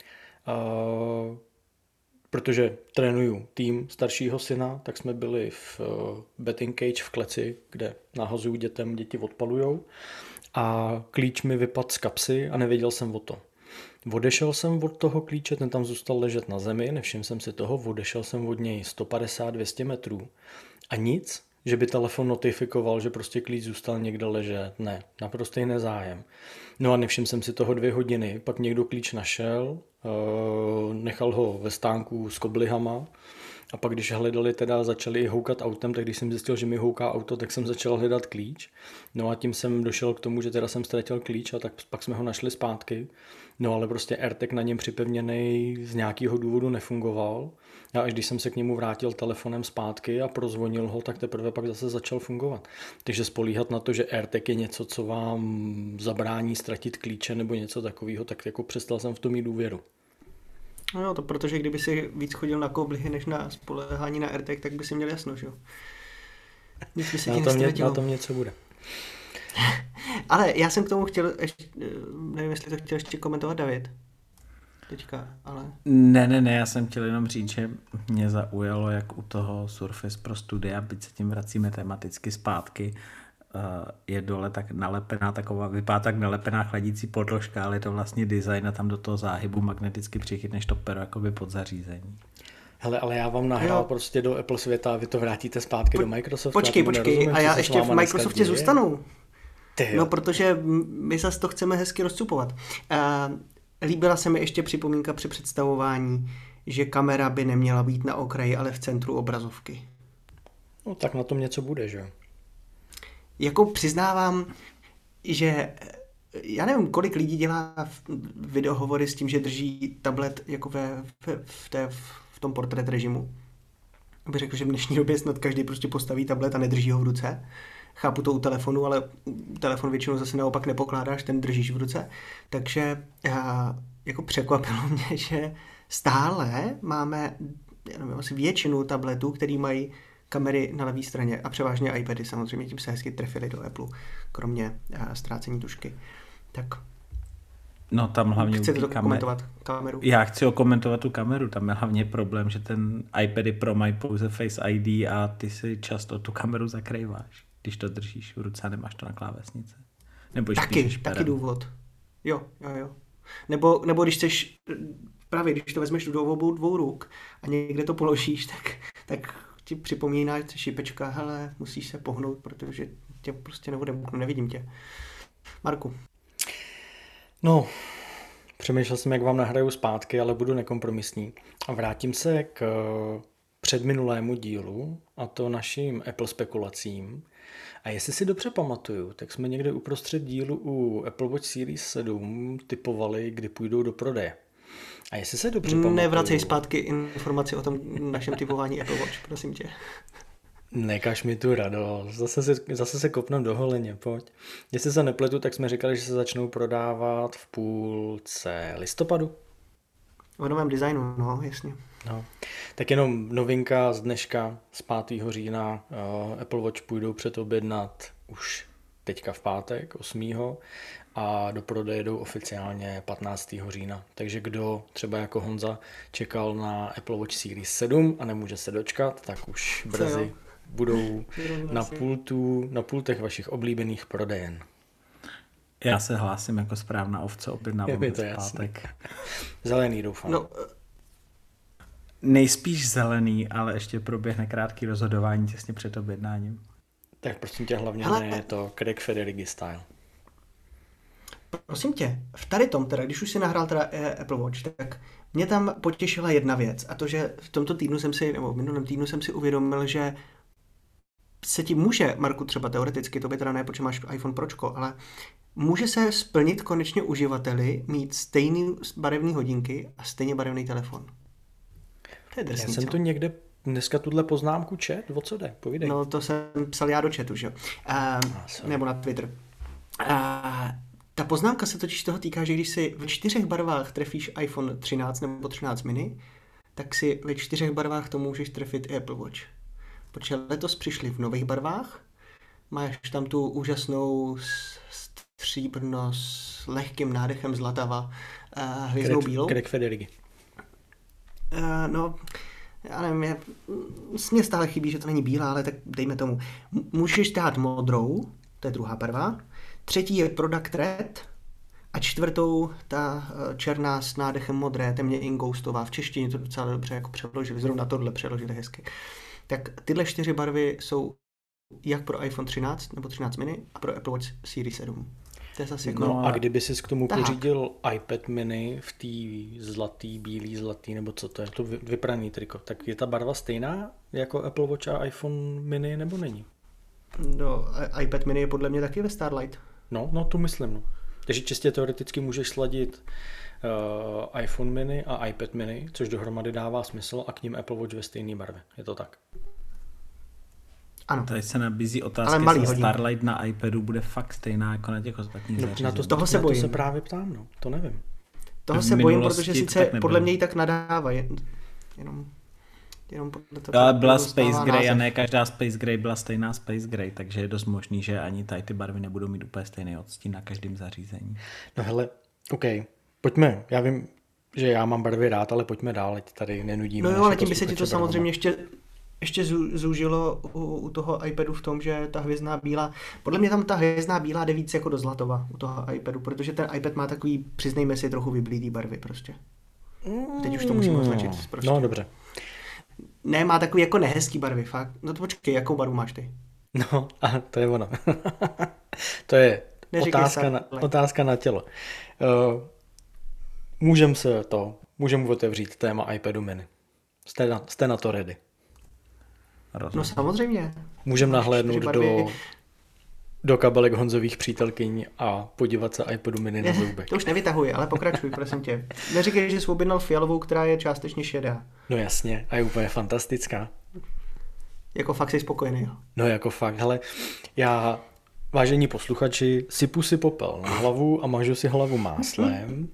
uh, protože trénuju tým staršího syna, tak jsme byli v uh, betting cage v kleci, kde nahazuju dětem, děti odpalujou. A klíč mi vypadl z kapsy a nevěděl jsem o to. Odešel jsem od toho klíče, ten tam zůstal ležet na zemi, nevšiml jsem si toho, odešel jsem od něj sto padesát až dvě stě metrů. A nic, že by telefon notifikoval, že prostě klíč zůstal někde ležet. Ne, naprostý nezájem. No a nevšiml jsem si toho dvě hodiny, pak někdo klíč našel, nechal ho ve stánku s koblihama a pak když hledali teda, začali houkat autem, tak když jsem zjistil, že mi houká auto, tak jsem začal hledat klíč. No a tím jsem došel k tomu, že teda jsem ztratil klíč a tak pak jsme ho našli zpátky. No ale prostě AirTag na něm připevněný z nějakého důvodu nefungoval. A až když jsem se k němu vrátil telefonem zpátky a prozvonil ho, tak teprve pak zase začal fungovat. Takže spolíhat na to, že AirTag je něco, co vám zabrání ztratit klíče nebo něco takového, tak jako přestal jsem v tom mít důvěru. No jo, to protože kdyby si víc chodil na koblihy než na spolehání na AirTag, tak by si měl jasno, že jo? Nic by se ti nestratilo. Na tom něco bude. Ale já jsem k tomu chtěl, ještě, nevím, jestli to chtěl ještě komentovat David. Teďka, ale... Ne, ne, ne, já jsem chtěl jenom říct, že mě zaujalo, jak u toho Surface Pro Studia, byť se tím vracíme tematicky zpátky, je dole tak nalepená taková, vypadá tak nalepená chladící podložka, ale je to vlastně design a tam do toho záhybu magneticky přichytneš to pero jakoby pod zařízení. Hele, ale já vám nahrál prostě do Apple světa a vy to vrátíte zpátky po, do Microsoftu. Počkej, počkej, nerozumím, a já ještě v Microsoftě zůstanu. No, protože my zase to chceme hezky rozcupovat. Uh, líbila se mi ještě připomínka při představování, že kamera by neměla být na okraji, ale v centru obrazovky. No tak na tom něco bude, že jo? Jako přiznávám, že já nevím, kolik lidí dělá videohovory s tím, že drží tablet jako ve, v, v, té, v tom portrét režimu. Bych řekl, že v dnešní době snad každý prostě postaví tablet a nedrží ho v ruce. Chápu to u telefonu, ale telefon většinou zase naopak nepokládáš, ten držíš v ruce. Takže jako překvapilo mě, že stále máme já nevím, asi většinu tabletů, který mají kamery na levé straně a převážně iPady, samozřejmě tím se hezky trefili do Apple, kromě ztrácení tušky. Tak no tam hlavně chcete to komentovat kameru? Já chci okomentovat tu kameru, tam je hlavně problém, že ten iPady Pro mají pouze Face I D a ty si často tu kameru zakrýváš, když to držíš v ruce a nemáš to na klávesnici. Nebo taky, taky důvod. Jo, jo, jo. Nebo, nebo když chceš, právě když to vezmeš do obou dvou ruk a někde to položíš, tak, tak ti připomíná šipečka, hele, musíš se pohnout, protože tě prostě neodemknu, nevidím tě. Marku. No, přemýšlel jsem, jak vám nahraju zpátky, ale budu nekompromisní. A vrátím se k předminulému dílu, a to našim Apple spekulacím. A jestli si dobře pamatuju, tak jsme někde uprostřed dílu u Apple Watch Series sedm typovali, kdy půjdou do prodeje. A jestli se dobře pamatuju... Nevracej zpátky informaci o tom našem typování Apple Watch, prosím tě. Nekaž mi tu radost, zase se, zase se kopnem do holeně, pojď. Jestli se nepletu, tak jsme říkali, že se začnou prodávat v půlce listopadu. V novém designu, no, jasně. No. Tak jenom novinka z dneška, z pátého října, uh, Apple Watch půjdou předobjednat už teďka v pátek, osmého a do prodeje jdou oficiálně patnáctého října. Takže kdo třeba jako Honza čekal na Apple Watch Series sedm a nemůže se dočkat, tak už brzy budou na pultu, na pultech vašich oblíbených prodejen. Já se hlásím jako správná ovce, objednávám v pátek. Zelený doufám. No, nejspíš zelený, ale ještě proběhne krátký rozhodování těsně před objednáním. Tak prosím tě, hlavně hele, ne je to Craig Federighi style. Prosím tě, v tady tom teda, když už si nahrál teda Apple Watch, tak mě tam potěšila jedna věc a to, že v tomto týdnu jsem si, nebo v minulém týdnu jsem si uvědomil, že se ti může, Marku, třeba teoreticky, to by teda ne, protože máš iPhone Pročko, ale může se splnit konečně uživateli mít stejný barevný hodinky a stejně barevný telefon. To je drsný, Já jsem co? to někde dneska tuhle poznámku čet? O co jde? Povídej. No to jsem psal já do chatu, že jo? Uh, nebo na Twitter. Uh, ta poznámka se totiž toho týká, že když si ve čtyřech barvách trefíš iPhone třináct nebo třináct mini, tak si ve čtyřech barvách to můžeš trefit i Apple Watch. Protože letos přišli v nových barvách, máš tam tu úžasnou stříbrno s lehkým nádechem zlatava, uh, hvězdnou bílou. Greg Federighi. Uh, no, já nevím, je, mně stále chybí, že to není bílá, ale tak dejme tomu. M- můžeš dát modrou, to je druhá barva, třetí je Product Red a čtvrtou ta černá s nádechem modré, temně ingoustová. V češtině to docela dobře jako přeložili, zrovna tohle přeložili hezky. Tak tyhle čtyři barvy jsou jak pro iPhone třináct nebo třináct mini a pro Apple Watch Series sedm. To je zase jako... No a kdyby si k tomu tak. pořídil iPad mini v té zlatý, bílý, zlatý, nebo co to je, to vypraný triko, tak je ta barva stejná jako Apple Watch a iPhone mini, nebo není? No, iPad mini je podle mě taky ve Starlight. No, no to myslím, no. Takže čistě teoreticky můžeš sladit uh, iPhone mini a iPad mini, což dohromady dává smysl a k ním Apple Watch ve stejné barvě. Je to tak? Ano. Tady se nabízí otázka, jestli Starlight na iPadu bude fakt stejná jako na těch ostatních no, zařízeních. Na to, toho se na bojím. to se právě ptám, no. To nevím. Toho se bojím, protože sice podle mě i tak nadávají. Jenom, jenom podle toho. Ale byla Space Gray a ne každá Space Gray byla stejná Space Gray, takže je dost možný, že ani tady ty barvy nebudou mít úplně stejný odstín na každém zařízení. No hele, OK, pojďme. Já vím, že já mám barvy rád, ale pojďme dál, ať tady nenudíme. No jo, ale tím by se ti to samozřejmě ještě ještě zúžilo u, u toho iPadu v tom, že ta hvězdná bílá, podle mě tam ta hvězdná bílá jde víc jako do zlatova u toho iPadu, protože ten iPad má takový, přiznejme si, trochu vyblídý barvy prostě. Teď už to musím označit prostě. No dobře. Ne, má takový jako nehezký barvy, fakt. No to počkej, jakou barvu máš ty? No, a to je ono. To je otázka na, otázka na tělo. Uh, můžem se to, můžeme otevřít téma iPadu mini. Jste na, jste na to ready? No samozřejmě. Můžeme nahlédnout do, do kabelek Honzových přítelkyň a podívat se iPadu mini na zoubek. To už nevytahuji, ale pokračuj, prosím tě. Neříkej, že jsi objednal fialovou, která je částečně šedá. No jasně, a je úplně fantastická. Jako fakt jsi spokojený, jo? No jako fakt, hele, já, vážení posluchači, sypu si popel na hlavu a mažu si hlavu máslem. Uh,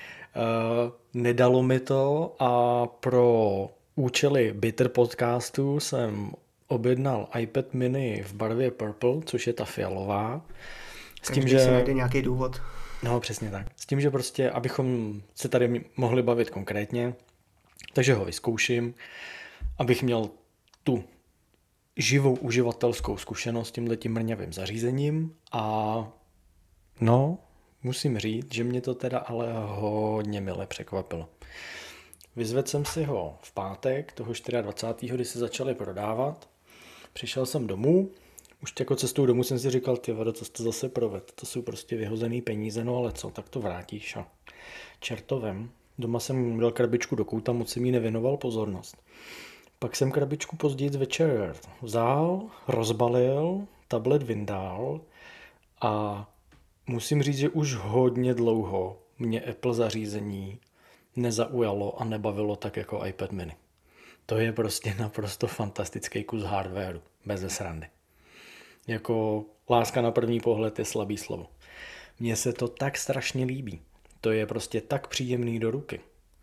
nedalo mi to a pro účely Bitter podcastu jsem objednal iPad mini v barvě purple, což je ta fialová. S tím, že si najde nějaký důvod. No, přesně tak. S tím, že prostě, abychom se tady mohli bavit konkrétně, takže ho vyzkouším, abych měl tu živou uživatelskou zkušenost s tímhletím mrňavým zařízením a no, musím říct, že mě to teda ale hodně mile překvapilo. Vyzvedl jsem si ho v pátek, toho dvacátého čtvrtého kdy se začali prodávat. Přišel jsem domů, už jako cestou domů jsem si říkal, ty vado, co jsi to zase proved, to jsou prostě vyhozený peníze, no ale co, tak to vrátíš a čertovem. Doma jsem dal krabičku do kouta, moc jsem jí nevěnoval pozornost. Pak jsem krabičku později večer vzal, rozbalil, tablet vyndal a musím říct, že už hodně dlouho mě Apple zařízení nezaujalo a nebavilo tak jako iPad mini. To je prostě naprosto fantastický kus hardwareu, bez srandy. Jako láska na první pohled je slabý slovo. Mně se to tak strašně líbí. To je prostě tak příjemný do ruky.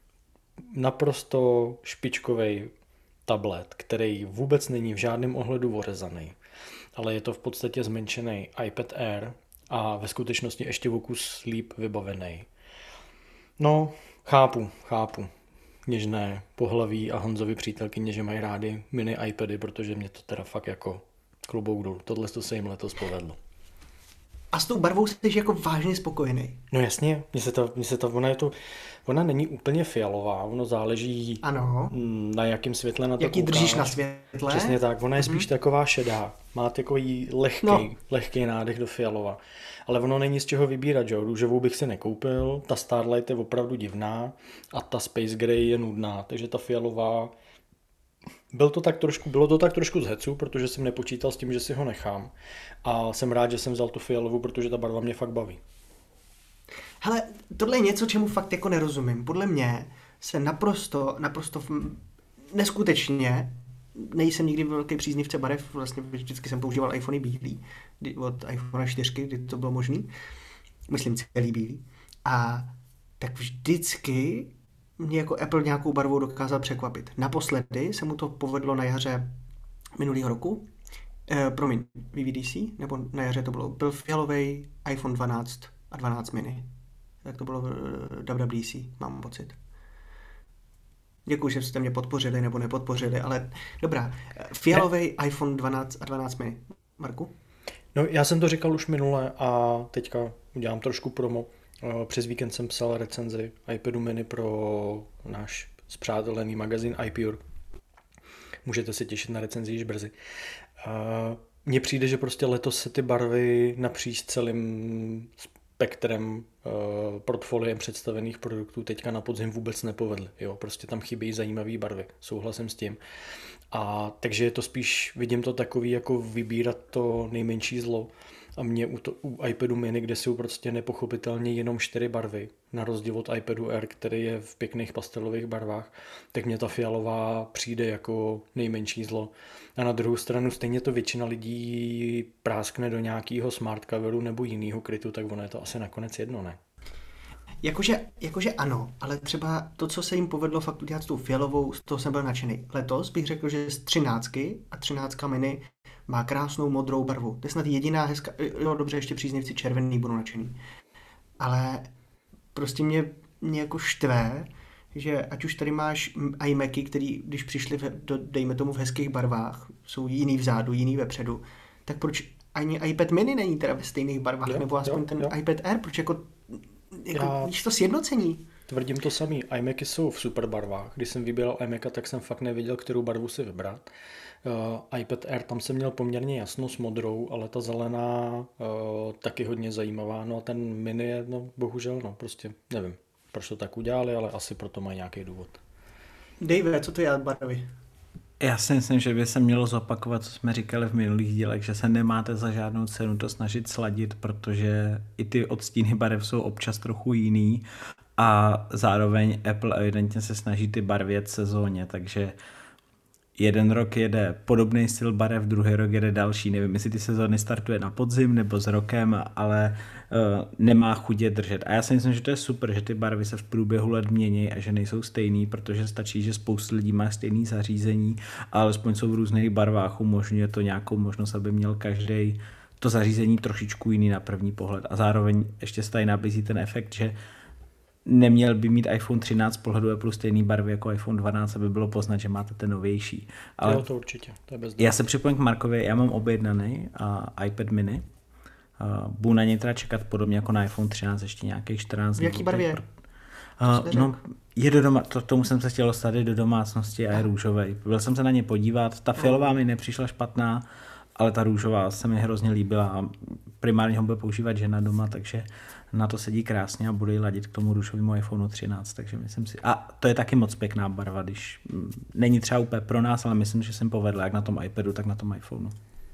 Naprosto špičkovej tablet, který vůbec není v žádném ohledu ořezaný, ale je to v podstatě zmenšený iPad Air a ve skutečnosti ještě o kus líp vybavený. No, chápu, chápu. Něžné pohlaví a Honzovi přítelkyně, že mají rádi mini iPady, protože mě to teda fakt jako klobouk dolů. Tohle to se jim letos povedlo. A s tou barvou jsi jako vážně spokojený. No jasně, mně se to, mně se to, ona je to, ona není úplně fialová, ono záleží ano. na jakém světle na to jaký koukáš. držíš na světle. Přesně tak, ona je spíš mm-hmm. taková šedá, má takový lehký, no. lehký nádech do fialova, ale ono není z čeho vybírat, že jo, růžovou bych si nekoupil, ta Starlight je opravdu divná a ta Space Gray je nudná, takže ta fialová, Byl to tak trošku, bylo to tak trošku z hecu, protože jsem nepočítal s tím, že si ho nechám. A jsem rád, že jsem vzal tu fialovou, protože ta barva mě fakt baví. Hele, tohle je něco, čemu fakt jako nerozumím. Podle mě se naprosto, naprosto neskutečně nejsem nikdy velký příznivce barev, vlastně vždycky jsem používal iPhony bílý, od iPhone čtyři, kdy to bylo možný, myslím celý bílý. A tak vždycky mě jako Apple nějakou barvou dokázal překvapit. Naposledy se mu to povedlo na jaře minulého roku, eh, promiň, V V D C, nebo na jaře to bylo, byl fialový iPhone dvanáct a dvanáct mini. Tak to bylo v W W D C, mám pocit. Děkuji, že jste mě podpořili nebo nepodpořili, ale dobrá. Fialový ne. iPhone dvanáct a dvanáct mini. Marku? No, já jsem to říkal už minule a teďka udělám trošku promo. Přes víkend jsem psal recenzi iPadu mini pro náš spřátelený magazín iPure. Můžete se těšit na recenzi již brzy. Mně přijde, že prostě letos se ty barvy napříč celým spektrem portfoliem představených produktů teďka na podzim vůbec nepovedly. Jo, prostě tam chybějí zajímavé barvy. Souhlasím s tím. A takže je to spíš, vidím to takový, jako vybírat to nejmenší zlo. A mě u, to, u iPadu mini, kde jsou prostě nepochopitelně jenom čtyři barvy, na rozdíl od iPadu Air, který je v pěkných pastelových barvách, tak mě ta fialová přijde jako nejmenší zlo. A na druhou stranu stejně to většina lidí práskne do nějakého smart coveru nebo jiného krytu, tak ono je to asi nakonec jedno, ne? Jakože, jakože ano, ale třeba to, co se jim povedlo fakt udělat s tou fialovou, z toho jsem byl nadšený. Letos bych řekl, že z třináctky a třináctka mini má krásnou modrou barvu. To je snad jediná hezká, jo dobře, ještě příznivci červený budou nadšený. Ale prostě mě, mě jako štve, že ať už tady máš iMacy, který když přišli, v, do, dejme tomu v hezkých barvách, jsou jiný vzadu, jiný vepředu, tak proč ani iPad mini není teda ve stejných barvách, jo, nebo aspoň jo, ten jo. iPad Air, proč jako Jako, víš to sjednocení? Tvrdím to samý. iMacy jsou v super barvách. Když jsem vybíral iMaca, tak jsem fakt nevěděl, kterou barvu si vybrat. Uh, iPad Air, tam jsem měl poměrně jasno s modrou, ale ta zelená uh, taky hodně zajímavá. No a ten mini je, no bohužel, no prostě nevím, proč to tak udělali, ale asi proto mají nějaký důvod. Dave, co to je barvy? Já si myslím, že by se mělo zopakovat, co jsme říkali v minulých dílech, že se nemáte za žádnou cenu to snažit sladit, protože i ty odstíny barev jsou občas trochu jiný a zároveň Apple evidentně se snaží ty barvy jet sezóně, takže jeden rok jede podobný styl barev, druhý rok jede další. Nevím, jestli ty sezóny startuje na podzim nebo s rokem, ale uh, nemá chudě držet. A já si myslím, že to je super, že ty barvy se v průběhu let mění a že nejsou stejný, protože stačí, že spoustu lidí má stejný zařízení, ale alespoň jsou v různých barvách, umožňuje to nějakou možnost, aby měl každý to zařízení trošičku jiný na první pohled. A zároveň ještě se tady nabízí ten efekt, že neměl by mít iPhone třináct z pohledu Apple stejný barvy jako iPhone dvanáct, aby bylo poznat, že máte ten novější. Ale jo, to určitě. To je bez já se připojím k Markovi, já mám objednaný uh, iPad mini. Uh, budu na něj teda čekat podobně jako na iPhone třináct ještě nějakých čtrnáct dní. V jaký barvě? Uh, no, je do doma, to, tomu jsem se chtěl dostat do domácnosti a je růžovej. Byl jsem se na ně podívat, ta fialová mi nepřišla špatná, ale ta růžová se mi hrozně líbila a primárně ho bude používat žena doma, takže na to sedí krásně a budu ji ladit k tomu růžovému iPhone třináct, takže myslím si, a to je taky moc pěkná barva, když není třeba úplně pro nás, ale myslím, že jsem povedla jak na tom iPadu, tak na tom iPhoneu.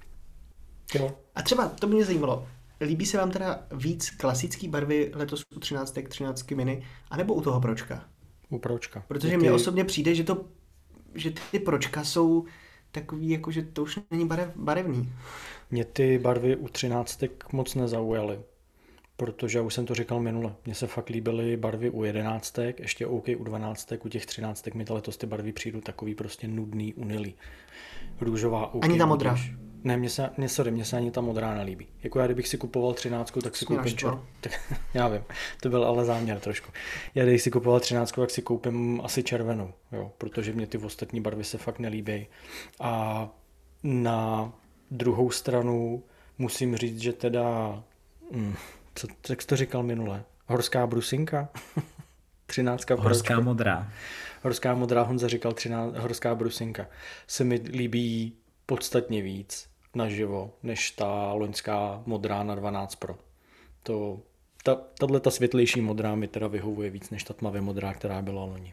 Jo. A třeba, to by mě zajímalo, líbí se vám teda víc klasický barvy letos u třináct, třináct mini, anebo u toho Pročka? U Pročka. Protože mně ty... osobně přijde, že, to, že ty Pročka jsou takový, jako že to už není barev, barevný. Mě ty barvy u třináctek moc nezaujaly, protože já už jsem to říkal minule. Mně se fakt líbily barvy u jedenáctek, ještě OK u dvanáctek, u těch třináctek mi letos ty barvy přijdou takový prostě nudný, unilý. Růžová OK. Ani ta modrá. Už. Ne, mně se, mě, sorry, mně se ani ta modrá nelíbí. Jako já, kdybych si kupoval třináctku, tak si koupím čer... tak, já vím, to byl ale záměr trošku. Já když si kupoval třináctku, tak si koupím asi červenou, jo, protože mě ty ostatní barvy se fakt nelíbí. A na druhou stranu musím říct, že teda, hm, co, jak jsi to říkal minule, horská brusinka? třináctka Horská proč? modrá. Horská modrá, Honza říkal třináct, horská brusinka. Se mi líbí podstatně víc naživo, než ta loňská modrá na dvanáct Pro. To, ta, tato ta světlejší modrá mi teda vyhovuje víc, než ta tmavě modrá, která byla loni.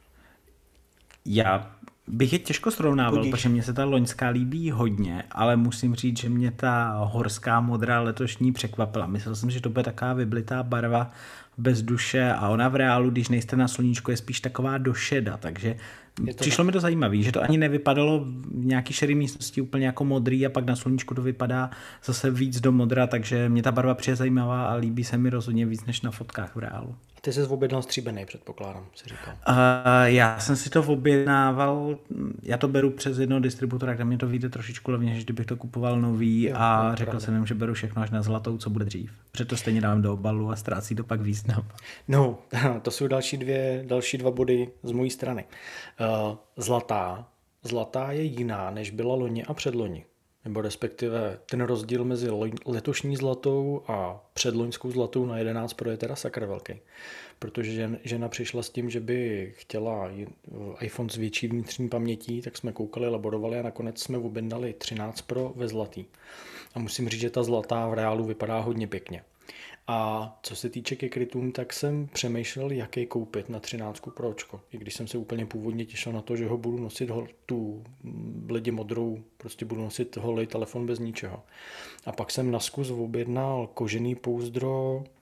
Já bych je těžko srovnával, Budíš. protože mně se ta loňská líbí hodně, ale musím říct, že mě ta horská modrá letošní překvapila. Myslel jsem, že to bude taková vyblitá barva, bez duše a ona v reálu, když nejste na sluníčku, je spíš taková do šeda, takže přišlo mi to zajímavé, že to ani nevypadalo v nějaký šedý místnosti úplně jako modrý a pak na sluníčku to vypadá zase víc do modra, takže mě ta barva přijde zajímavá a líbí se mi rozhodně víc než na fotkách v reálu. Ty jsi objednal stříbrný, předpokládám, si říkal. Uh, já jsem si to objednával, já to beru přes jednoho distributora, kde mě to vyjde trošičku levně, než kdybych to kupoval nový jo, a řekl pravda. jsem jim, že beru všechno až na zlatou, co bude dřív. Protože to stejně dám do obalu a ztrácí to pak význam. No, to jsou další, dvě, další dva body z mojí strany. Uh, zlatá. Zlatá je jiná, než byla loni a předloni. Nebo respektive ten rozdíl mezi letošní zlatou a předloňskou zlatou na jedenáct Pro je teda sakra velký. Protože žena přišla s tím, že by chtěla iPhone s větší vnitřní pamětí, tak jsme koukali, laborovali a nakonec jsme objednali třináct Pro ve zlatý. A musím říct, že ta zlatá v reálu vypadá hodně pěkně. A co se týče ke krytům, tak jsem přemýšlel, jaký koupit na třináct Pročko. I když jsem se úplně původně těšil na to, že ho budu nosit hol, tu bledě modrou, prostě budu nosit holý telefon bez ničeho. A pak jsem na zkus objednal kožený pouzdro uh,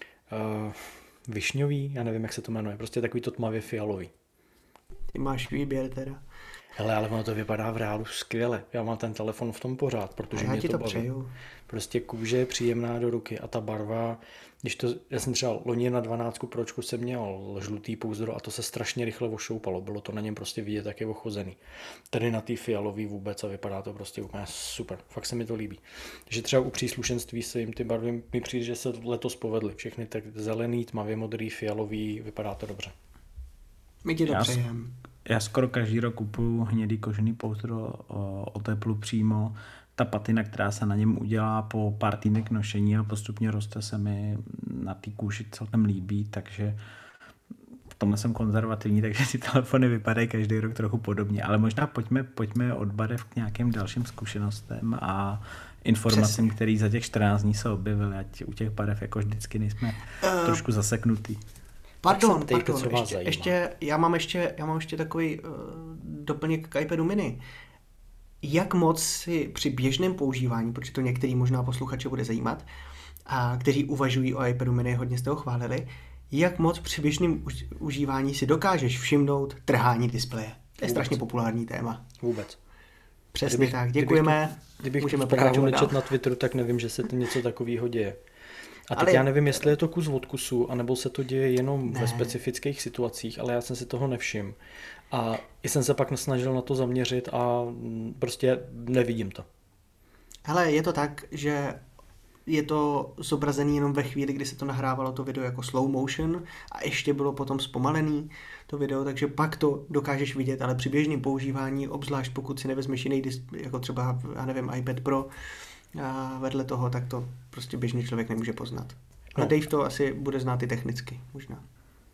višňový, já nevím, jak se to jmenuje, prostě takový to tmavě fialový. Ty máš výběr teda. Hele, ale ono to vypadá v reálu skvěle. Já mám ten telefon v tom pořád, protože mě to, to baví. Přeju. Prostě kůže je příjemná do ruky a ta barva, když to, já jsem třeba loni na dvanáct Pročku jsem měl žlutý pouzdro a to se strašně rychle ošoupalo. Bylo to na něm prostě vidět, jak je ochozený. Tady na té fialový vůbec a vypadá to prostě úplně super. Fakt se mi to líbí. Takže třeba u příslušenství se jim ty barvy, mi přijde, že se letos povedly. Všechny tak zelený, tmavě modrý, fialový, vypadá to dobře. My ti to přejeme. Já skoro každý rok kupuju hnědý kožený pouzdro o, o teplu přímo. Ta patina, která se na něm udělá po pár týdnech nošení a postupně roste, se mi na té kůži celkem líbí, takže v tomhle jsem konzervativní, takže ty telefony vypadají každý rok trochu podobně. Ale možná pojďme, pojďme od barev k nějakým dalším zkušenostem a informacím, které za těch čtrnáct dní se objevily, ať u těch barev jako vždycky nejsme uh... trošku zaseknutý. Pardon, pardon, ještě, ještě, já, mám ještě, já mám ještě takový uh, doplněk k iPadu mini. Jak moc si při běžném používání, protože to některý možná posluchače bude zajímat, a kteří uvažují o iPadu mini, hodně jste ho chválili, jak moc při běžném už, užívání si dokážeš všimnout trhání displeje? To je strašně populární téma. Vůbec. Přesně kdybych, tak, děkujeme. Kdybych to zprávu nečet na Twitteru, tak nevím, že se to něco takového děje. A teď ale já nevím, jestli je to kus od kusu, anebo se to děje jenom ne. ve specifických situacích, ale já jsem si toho nevšiml. A i jsem se pak snažil na to zaměřit a prostě nevidím to. Hele, je to tak, že je to zobrazený jenom ve chvíli, kdy se to nahrávalo to video jako slow motion a ještě bylo potom zpomalený to video, takže pak to dokážeš vidět, ale při běžném používání, obzvlášť pokud si nevezmeš jiný, jako třeba, já nevím, iPad Pro, a vedle toho, tak to prostě běžný člověk nemůže poznat. A no. Dave to asi bude znát i technicky, možná.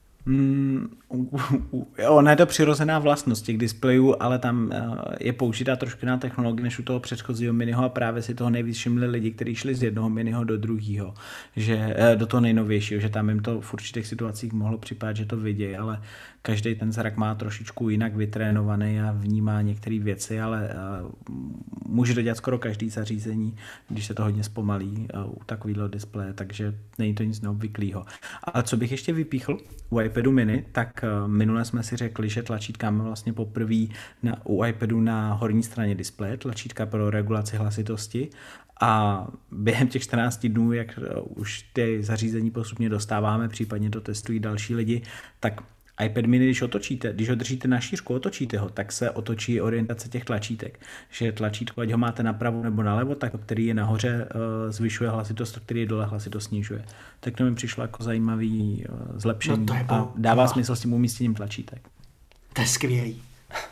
Mm, ona je to přirozená vlastnost těch displejů, ale tam je použitá trošku jiná technologie než u toho předchozího miniho a právě si toho nejvíc všimli lidi, kteří šli z jednoho miniho do druhého, že do toho nejnovějšího, že tam jim to v určitých situacích mohlo připadat, že to vidějí, ale každý ten zrak má trošičku jinak vytrénovaný a vnímá některé věci, ale může to dělat skoro každý zařízení, když se to hodně zpomalí u takového displeje, takže není to nic neobvyklého. A co bych ještě vypíchl u iPadu mini, tak minule jsme si řekli, že tlačítka máme vlastně poprvé na, u iPadu na horní straně displeje, tlačítka pro regulaci hlasitosti a během těch čtrnácti dnů, jak už ty zařízení postupně dostáváme, případně to testují další lidi, tak iPad mini, když otočíte, když ho držíte na šířku, otočíte ho, tak se otočí orientace těch tlačítek. Že tlačítko, ať ho máte napravo nebo nalevo, tak to, který je nahoře, zvyšuje hlasitost, to, který je dole, hlasitost snižuje. Tak to mi přišlo jako zajímavý zlepšení no a dává no. smysl s tím umístěním tlačítek. To je skvělý.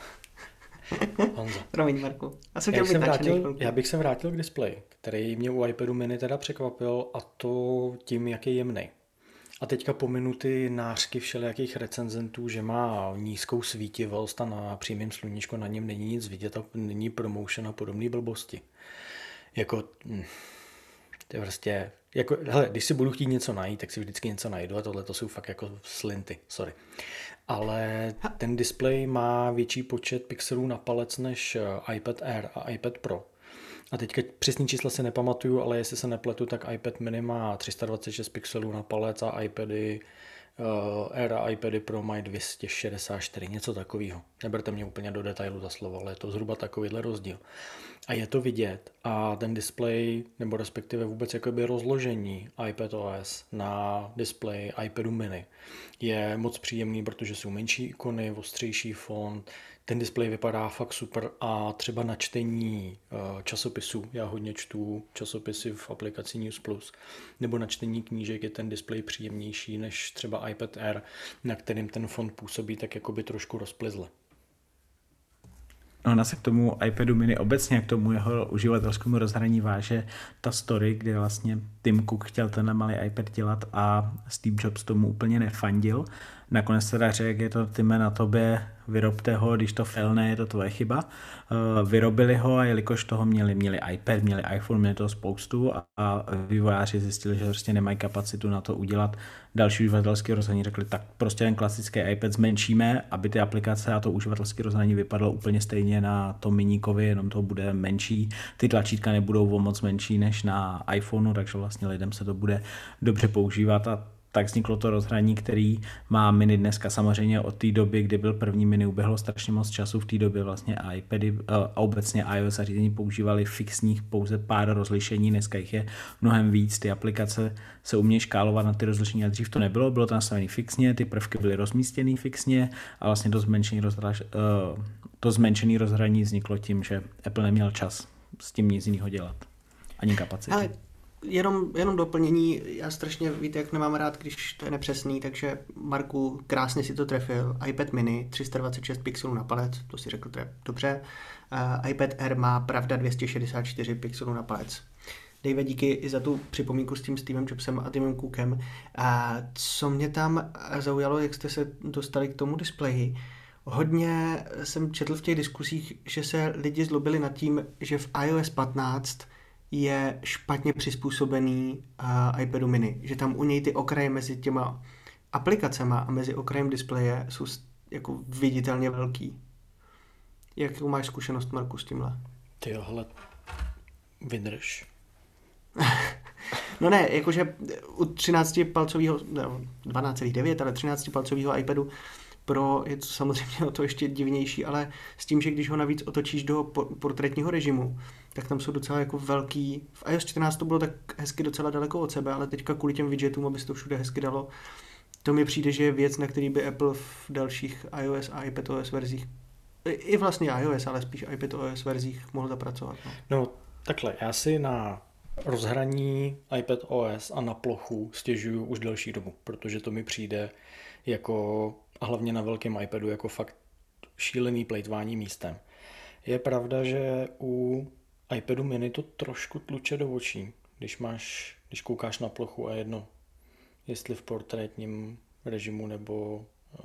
Honzo. Promiň, Marku. Já, jsem jsem vrátil, já bych se vrátil k displeji, který mě u iPadu mini teda překvapil a to tím, jak je jemnej. A teďka pominu ty nářky všelijakých recenzentů, že má nízkou svítivost a na přímém sluníčku na něm není nic vidět a není promotion a podobné blbosti. Jako, to je prostě, jako, hele, když si budu chtít něco najít, tak si vždycky něco najdu a tohle to jsou fakt jako slinty, sorry. Ale ten displej má větší počet pixelů na palec než iPad Air a iPad Pro. A teďka přesný čísla si nepamatuju, ale jestli se nepletu, tak iPad mini má tři sta dvacet šest pixelů na palec a iPady uh, Air a iPady Pro mají dvě stě šedesát čtyři, něco takového. Neberte mě úplně do detailu za slovo, ale je to zhruba takovýhle rozdíl. A je to vidět a ten displej, nebo respektive vůbec jakoby rozložení iPadOS na displeji iPadu mini je moc příjemný, protože jsou menší ikony, ostřejší font, ten displej vypadá fakt super a třeba na čtení časopisů, já hodně čtu časopisy v aplikaci News Plus, nebo na čtení knížek je ten displej příjemnější než třeba iPad Air, na kterým ten font působí tak jakoby trošku rozplizle. No, ona se k tomu iPadu mini obecně, k tomu jeho uživatelskému rozhraní váže ta story, kde vlastně Tim Cook chtěl ten malý iPad dělat a Steve Jobs tomu úplně nefandil. Nakonec teda řekl, je to Time na tobě, vyrobte ho, když to failne, je to tvoje chyba. Vyrobili ho a jelikož toho měli, měli iPad, měli iPhone, měli toho spoustu a, a vývojáři zjistili, že prostě nemají kapacitu na to udělat další uživatelské rozhraní, řekli, tak prostě ten klasický iPad zmenšíme, aby ty aplikace a to uživatelské rozhraní vypadalo úplně stejně na tom miníkovi, jenom to bude menší. Ty tlačítka nebudou o moc menší než na iPhoneu, takže vlastně lidem se to bude dobře používat a tak vzniklo to rozhraní, který má mini dneska. Samozřejmě od té doby, kdy byl první mini, uběhlo strašně moc času. V té době vlastně iPady a obecně iOS zařízení používali fixních pouze pár rozlišení, dneska jich je mnohem víc. Ty aplikace se umějí škálovat na ty rozlišení, a dřív to nebylo, bylo to nastavené fixně, ty prvky byly rozmístěny fixně a vlastně to zmenšené rozhraž, to zmenšené rozhraní vzniklo tím, že Apple neměl čas s tím nic jiného dělat. Ani kapacitu. Ale jenom, jenom doplnění, já strašně, víte, jak nemám rád, když to je nepřesný, takže Marku, krásně si to trefil, iPad mini, tři sta dvacet šest pixelů na palec, to si řekl, to je dobře, uh, iPad Air má pravda dvě stě šedesát čtyři pixelů na palec. Dave, díky i za tu připomínku s tím Stevem Jobsem a Timem Cookem. A co mě tam zaujalo, jak jste se dostali k tomu displeji, hodně jsem četl v těch diskusích, že se lidi zlobili nad tím, že v iOS patnáct je špatně přizpůsobený uh, iPadu mini, že tam u něj ty okraje mezi těma aplikacema a mezi okrajem displeje jsou jako viditelně velký. Jakou máš zkušenost, Marku, s tímhle? Ty jo, hele, vydrž. No ne, jakože u třináctipalcového, no, dvanáct celá devět, ale třináctipalcového iPadu Pro je to samozřejmě o to ještě divnější, ale s tím, že když ho navíc otočíš do portrétního režimu, tak tam jsou docela jako velký. V iOS čtrnáct to bylo tak hezky docela daleko od sebe, ale teďka kvůli těm widgetům, aby se to všude hezky dalo, to mi přijde, že je věc, na který by Apple v dalších iOS a iPadOS verzích, i vlastně iOS, ale spíš iPadOS verzích mohl zapracovat. No, no takhle, já si na rozhraní iPadOS a na plochu stěžuju už delší dobu, protože to mi přijde jako, a hlavně na velkém iPadu, jako fakt šílený plejtvání místem. Je pravda, že u iPadu mini to trošku tluče do očí, když máš, když koukáš na plochu a jedno, jestli v portrétním režimu nebo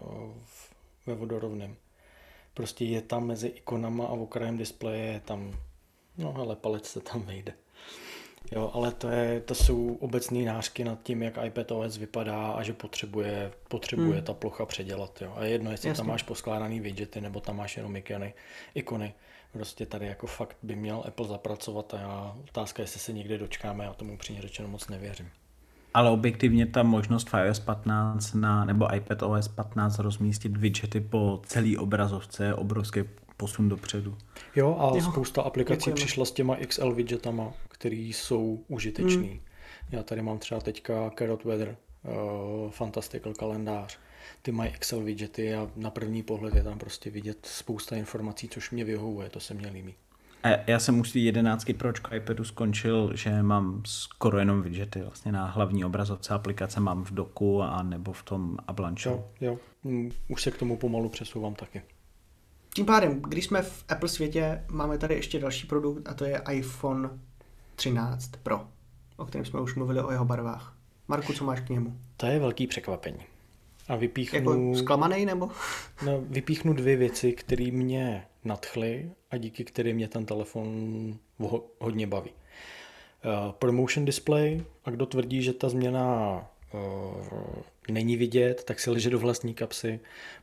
v, ve vodorovném. Prostě je tam mezi ikonama a okrajem displeje je tam, no hele, palec se tam vejde. Jo, ale to, je, to jsou obecné nářky nad tím, jak iPadOS vypadá a že potřebuje, potřebuje hmm. ta plocha předělat. Jo. A jedno, jestli Jasně. tam máš poskládaný widgety, nebo tam máš jenom ikony, ikony. Prostě tady jako fakt by měl Apple zapracovat a já, otázka, jestli se někdy dočkáme, já tomu upřímně řečeno moc nevěřím. Ale objektivně ta možnost v iOS patnáct na, nebo iPadOS patnáct rozmístit widgety po celý obrazovce je obrovský posun dopředu. Jo, a jo. spousta aplikací Děkujeme. přišla s těma X L widgetama, který jsou užitečný. Hmm. Já tady mám třeba teďka Carrot Weather, uh, Fantastical kalendář. Ty mají X L widgety a na první pohled je tam prostě vidět spousta informací, což mě vyhovuje, to se mně líbí. A já jsem už ty jedenáctky Pročko iPadu skončil, že mám skoro jenom widgety. Vlastně na hlavní obrazovce aplikace mám v doku a nebo v tom Avalanche. Jo, jo. Už se k tomu pomalu přesouvám taky. Tím pádem, když jsme v Apple světě, máme tady ještě další produkt a to je iPhone třináct Pro, o kterém jsme už mluvili o jeho barvách. Marku, co máš k němu? To je velký překvapení. A vypíchnu... Jako zklamanej nebo? No, vypíchnu dvě věci, které mě nadchly a díky kterým mě ten telefon ho, hodně baví. Uh, promotion display, a kdo tvrdí, že ta změna uh, není vidět, tak si leže do vlastní kapsy,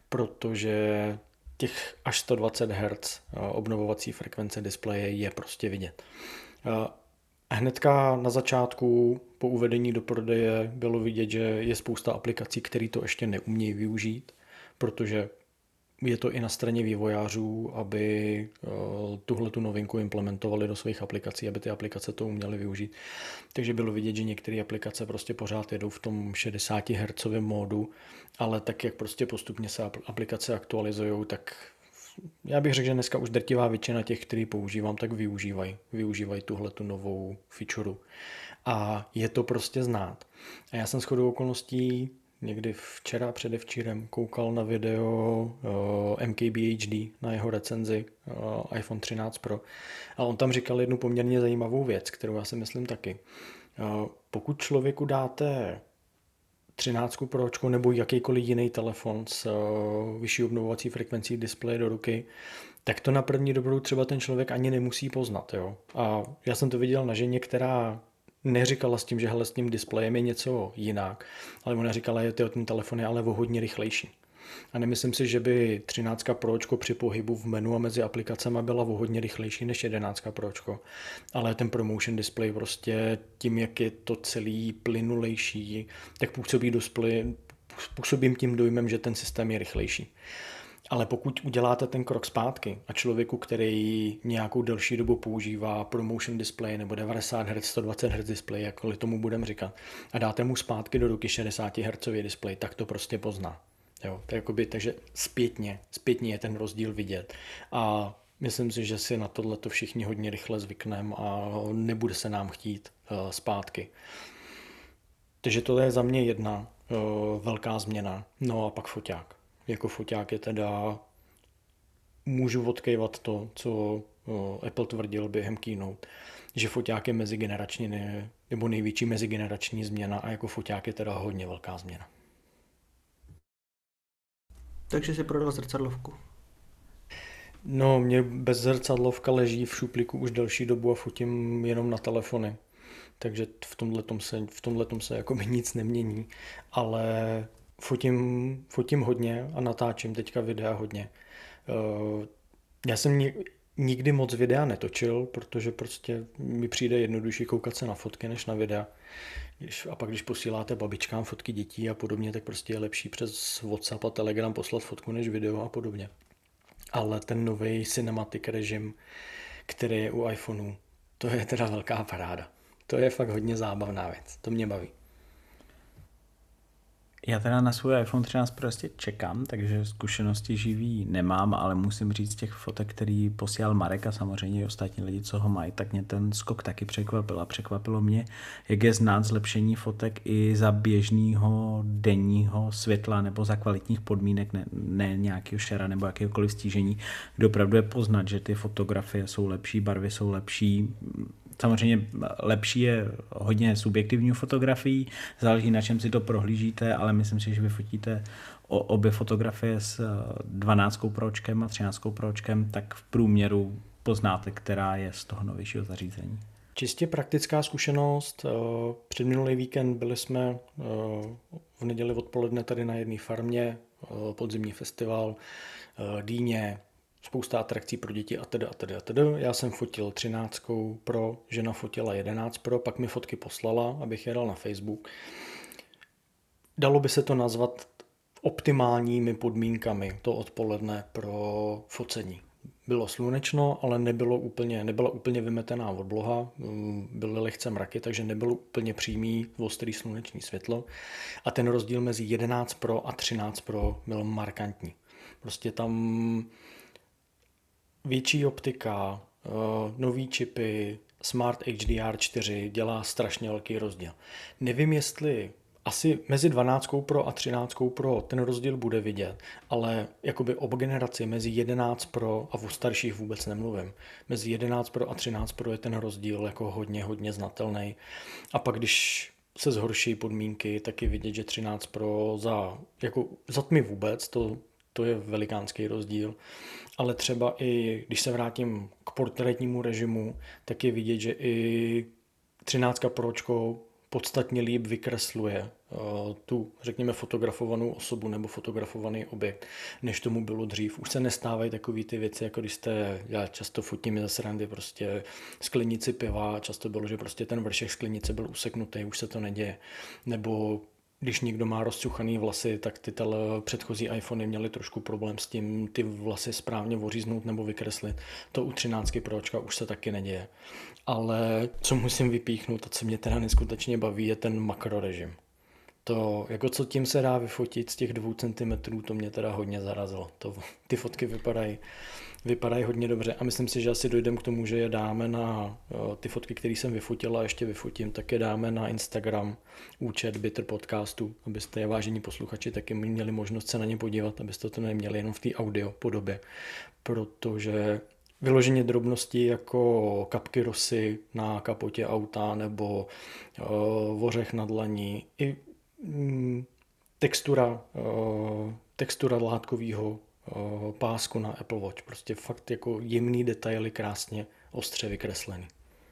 protože těch až sto dvacet hertzů obnovovací frekvence displeje je prostě vidět. Hnedka na začátku po uvedení do prodeje bylo vidět, že je spousta aplikací, které to ještě neumějí využít, protože je to i na straně vývojářů, aby tuhle tu novinku implementovali do svých aplikací, aby ty aplikace to uměly využít. Takže bylo vidět, že některé aplikace prostě pořád jedou v tom šedesát hertzovém módu, ale tak, jak prostě postupně se aplikace aktualizují, tak já bych řekl, že dneska už drtivá většina těch, který používám, tak využívají. Využívají tuhle tu novou featureu. A je to prostě znát. A já jsem shodou okolností někdy včera, předevčírem koukal na video uh, M K B H D, na jeho recenzi uh, iPhone třináct Pro. A on tam říkal jednu poměrně zajímavou věc, kterou já si myslím taky. Uh, pokud člověku dáte třináct Pročko nebo jakýkoliv jiný telefon s uh, vyšší obnovovací frekvencí displeje do ruky, tak to na první dobrou třeba ten člověk ani nemusí poznat. Jo? A já jsem to viděl na ženě, která neříkala s tím, že hele, s tím displejem je něco jinak, ale ona říkala, že ten telefon je ale o hodně rychlejší. A nemyslím si, že by třináct Pročko při pohybu v menu a mezi aplikacemi byla o hodně rychlejší než jedenáct Pročko. Ale ten ProMotion display prostě tím, jak je to celý plynulejší, tak působí, display, působím tím dojmem, že ten systém je rychlejší. Ale pokud uděláte ten krok zpátky a člověku, který nějakou delší dobu používá ProMotion display nebo devadesát hertzů, sto dvacet hertzů display, jakkoliv tomu budeme říkat, a dáte mu zpátky do ruky šedesát hertzový display, tak to prostě pozná. Jo, to je jakoby, takže zpětně, zpětně je ten rozdíl vidět. A myslím si, že si na tohleto všichni hodně rychle zvykneme a nebude se nám chtít uh, zpátky. Takže to je za mě jedna uh, velká změna. No a pak foťák. Jako foťák je teda, můžu odkejvat to, co uh, Apple tvrdil během keynote, že foťák je mezigenerační ne, nebo největší mezigenerační změna a jako foťák je teda hodně velká změna. Takže si prodal zrcadlovku. No, mě bez zrcadlovka leží v šuplíku už delší dobu a fotím jenom na telefony. Takže v tomhletom se, v tomhletom se jako nic nemění. Ale fotím, fotím hodně a natáčím teďka videa hodně. Já jsem nikdy moc videa netočil, protože prostě mi přijde jednodušší koukat se na fotky než na videa. A pak když posíláte babičkám fotky dětí a podobně, tak prostě je lepší přes WhatsApp a Telegram poslat fotku než video a podobně. Ale ten nový cinematic režim, který je u iPhoneu, to je teda velká paráda. To je fakt hodně zábavná věc. To mě baví. Já teda na svůj iPhone třináct prostě čekám, takže zkušenosti živý nemám, ale musím říct, těch fotek, který posílal Marek a samozřejmě i ostatní lidi, co ho mají, tak mě ten skok taky překvapil a překvapilo mě, jak je znát zlepšení fotek i za běžného denního světla nebo za kvalitních podmínek, ne, ne nějakého šera nebo jakéhokoliv stížení, kde opravdu je poznat, že ty fotografie jsou lepší, barvy jsou lepší. Samozřejmě lepší je hodně subjektivní fotografií, záleží na čem si to prohlížíte, ale myslím si, že vy fotíte obě fotografie s dvanáctkou Pročkem a třináctkou Pročkem, tak v průměru poznáte, která je z toho novějšího zařízení. Čistě praktická zkušenost. Před minulý víkend byli jsme v neděli odpoledne tady na jedné farmě, podzimní festival, dýně, spousta atrakcí pro děti a tedy a tedy a tedy. Já jsem fotil třináct Pro, žena fotila jedenáct Pro, pak mi fotky poslala, abych je dal na Facebook. Dalo by se to nazvat optimálními podmínkami to odpoledne pro focení. Bylo slunečno, ale nebylo úplně, nebyla úplně vymetená obloha, byly lehce mraky, takže nebylo úplně přímý ostrý sluneční světlo. A ten rozdíl mezi jedenáct Pro a třináct Pro byl markantní. Prostě tam větší optika, nový čipy, Smart H D R čtyři dělá strašně velký rozdíl. Nevím, jestli asi mezi dvanáct Pro a třináct Pro ten rozdíl bude vidět, ale jakoby ob generaci mezi jedenáct Pro a u starších vůbec nemluvím. Mezi jedenáct Pro a třináct Pro je ten rozdíl jako hodně, hodně znatelný. A pak když se zhorší podmínky, tak je vidět, že třináct Pro za, jako, za tmy vůbec, to, to je velikánský rozdíl. Ale třeba i když se vrátím k portrétnímu režimu, tak je vidět, že i třináct Pročko podstatně líp vykresluje tu, řekněme, fotografovanou osobu nebo fotografovaný objekt, než tomu bylo dřív. Už se nestávají takové ty věci, jako když jste, já často fotím ze srandy prostě sklenici piva, často bylo, že prostě ten vršek sklenice byl useknutý, už se to neděje. Nebo když někdo má rozcuchaný vlasy, tak ty tele předchozí iPhony měly trošku problém s tím ty vlasy správně oříznout nebo vykreslit. To u třináctky Pročka už se taky neděje. Ale co musím vypíchnout a co mě teda neskutečně baví, je ten makrorežim. To, jako co tím se dá vyfotit z těch dvou centimetrů, to mě teda hodně zarazilo. To, ty fotky vypadají vypadají hodně dobře a myslím si, že asi dojdeme k tomu, že je dáme na ty fotky, které jsem vyfotil a ještě vyfotím, tak je dáme na Instagram účet Bitter podcastu, abyste je, vážení posluchači, taky měli možnost se na ně podívat, abyste to neměli jenom v té audio podobě, protože vyloženě drobnosti jako kapky rosy na kapotě auta nebo uh, ořech na dlaní i mm, textura, uh, textura látkového pásku na Apple Watch. Prostě fakt jako jemný detaily, krásně ostře vykreslený.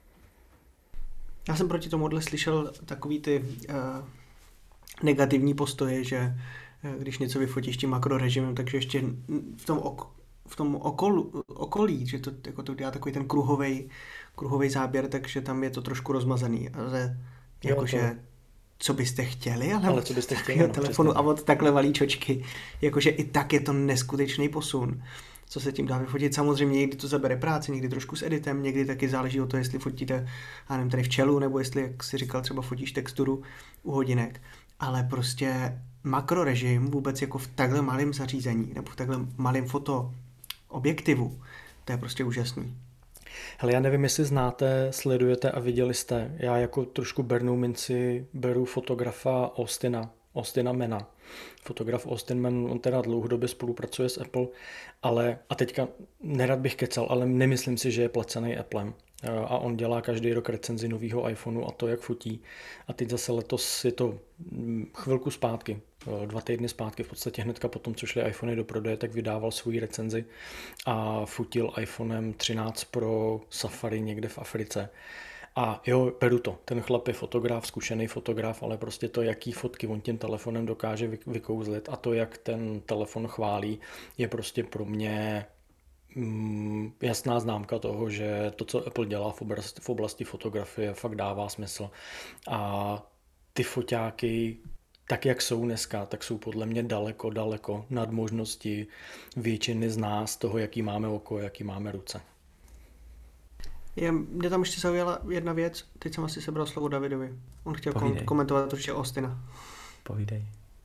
Já jsem proti tomuhle slyšel takový ty uh, negativní postoje, že uh, když něco vyfotíš tím makrorežimem, takže ještě v tom, ok, v tom okolu, okolí, že to, jako to dělá takový ten kruhovej, kruhovej záběr, takže tam je to trošku rozmazaný. Ale jakože co byste chtěli, ale, ale co byste chtěli, no, telefonu přesně. A od takhle malý čočky, jakože i tak je to neskutečný posun, co se tím dá vyfotit. Samozřejmě někdy to zabere práci, někdy trošku s editem, někdy taky záleží o to, jestli fotíte, já nevím, tady v čelu, nebo jestli, jak si říkal, třeba fotíš texturu u hodinek, ale prostě makrorežim vůbec jako v takhle malém zařízení, nebo v takhle malém fotoobjektivu, to je prostě úžasný. Hele, já nevím, jestli znáte, sledujete a viděli jste. Já jako trošku bernou minci beru fotografa Austina, Austina Mana. Fotograf Austin Mann, on teda dlouhodobě spolupracuje s Apple, ale, a teďka nerad bych kecal, ale nemyslím si, že je placený Applem. A on dělá každý rok recenzi nového iPhoneu a to, jak fotí. A teď zase letos je to chvilku zpátky, dva týdny zpátky, v podstatě hnedka potom, co šly iPhony do prodeje, tak vydával svoji recenzi a fotil iPhonem třináct Pro Safari někde v Africe. A jo, beru to. Ten chlap je fotograf, zkušený fotograf, ale prostě to, jaký fotky on tím telefonem dokáže vykouzlit a to, jak ten telefon chválí, je prostě pro mě mm, jasná známka toho, že to, co Apple dělá v oblasti, v oblasti fotografie, fakt dává smysl. A ty foťáky, tak jak jsou dneska, tak jsou podle mě daleko, daleko nad možnosti většiny z nás toho, jaký máme oko, jaký máme ruce. Je, mě tam ještě zaujala jedna věc, teď jsem asi sebral slovo Davidovi. On chtěl Povídej. kom- komentovat určitě Austina. Povídej.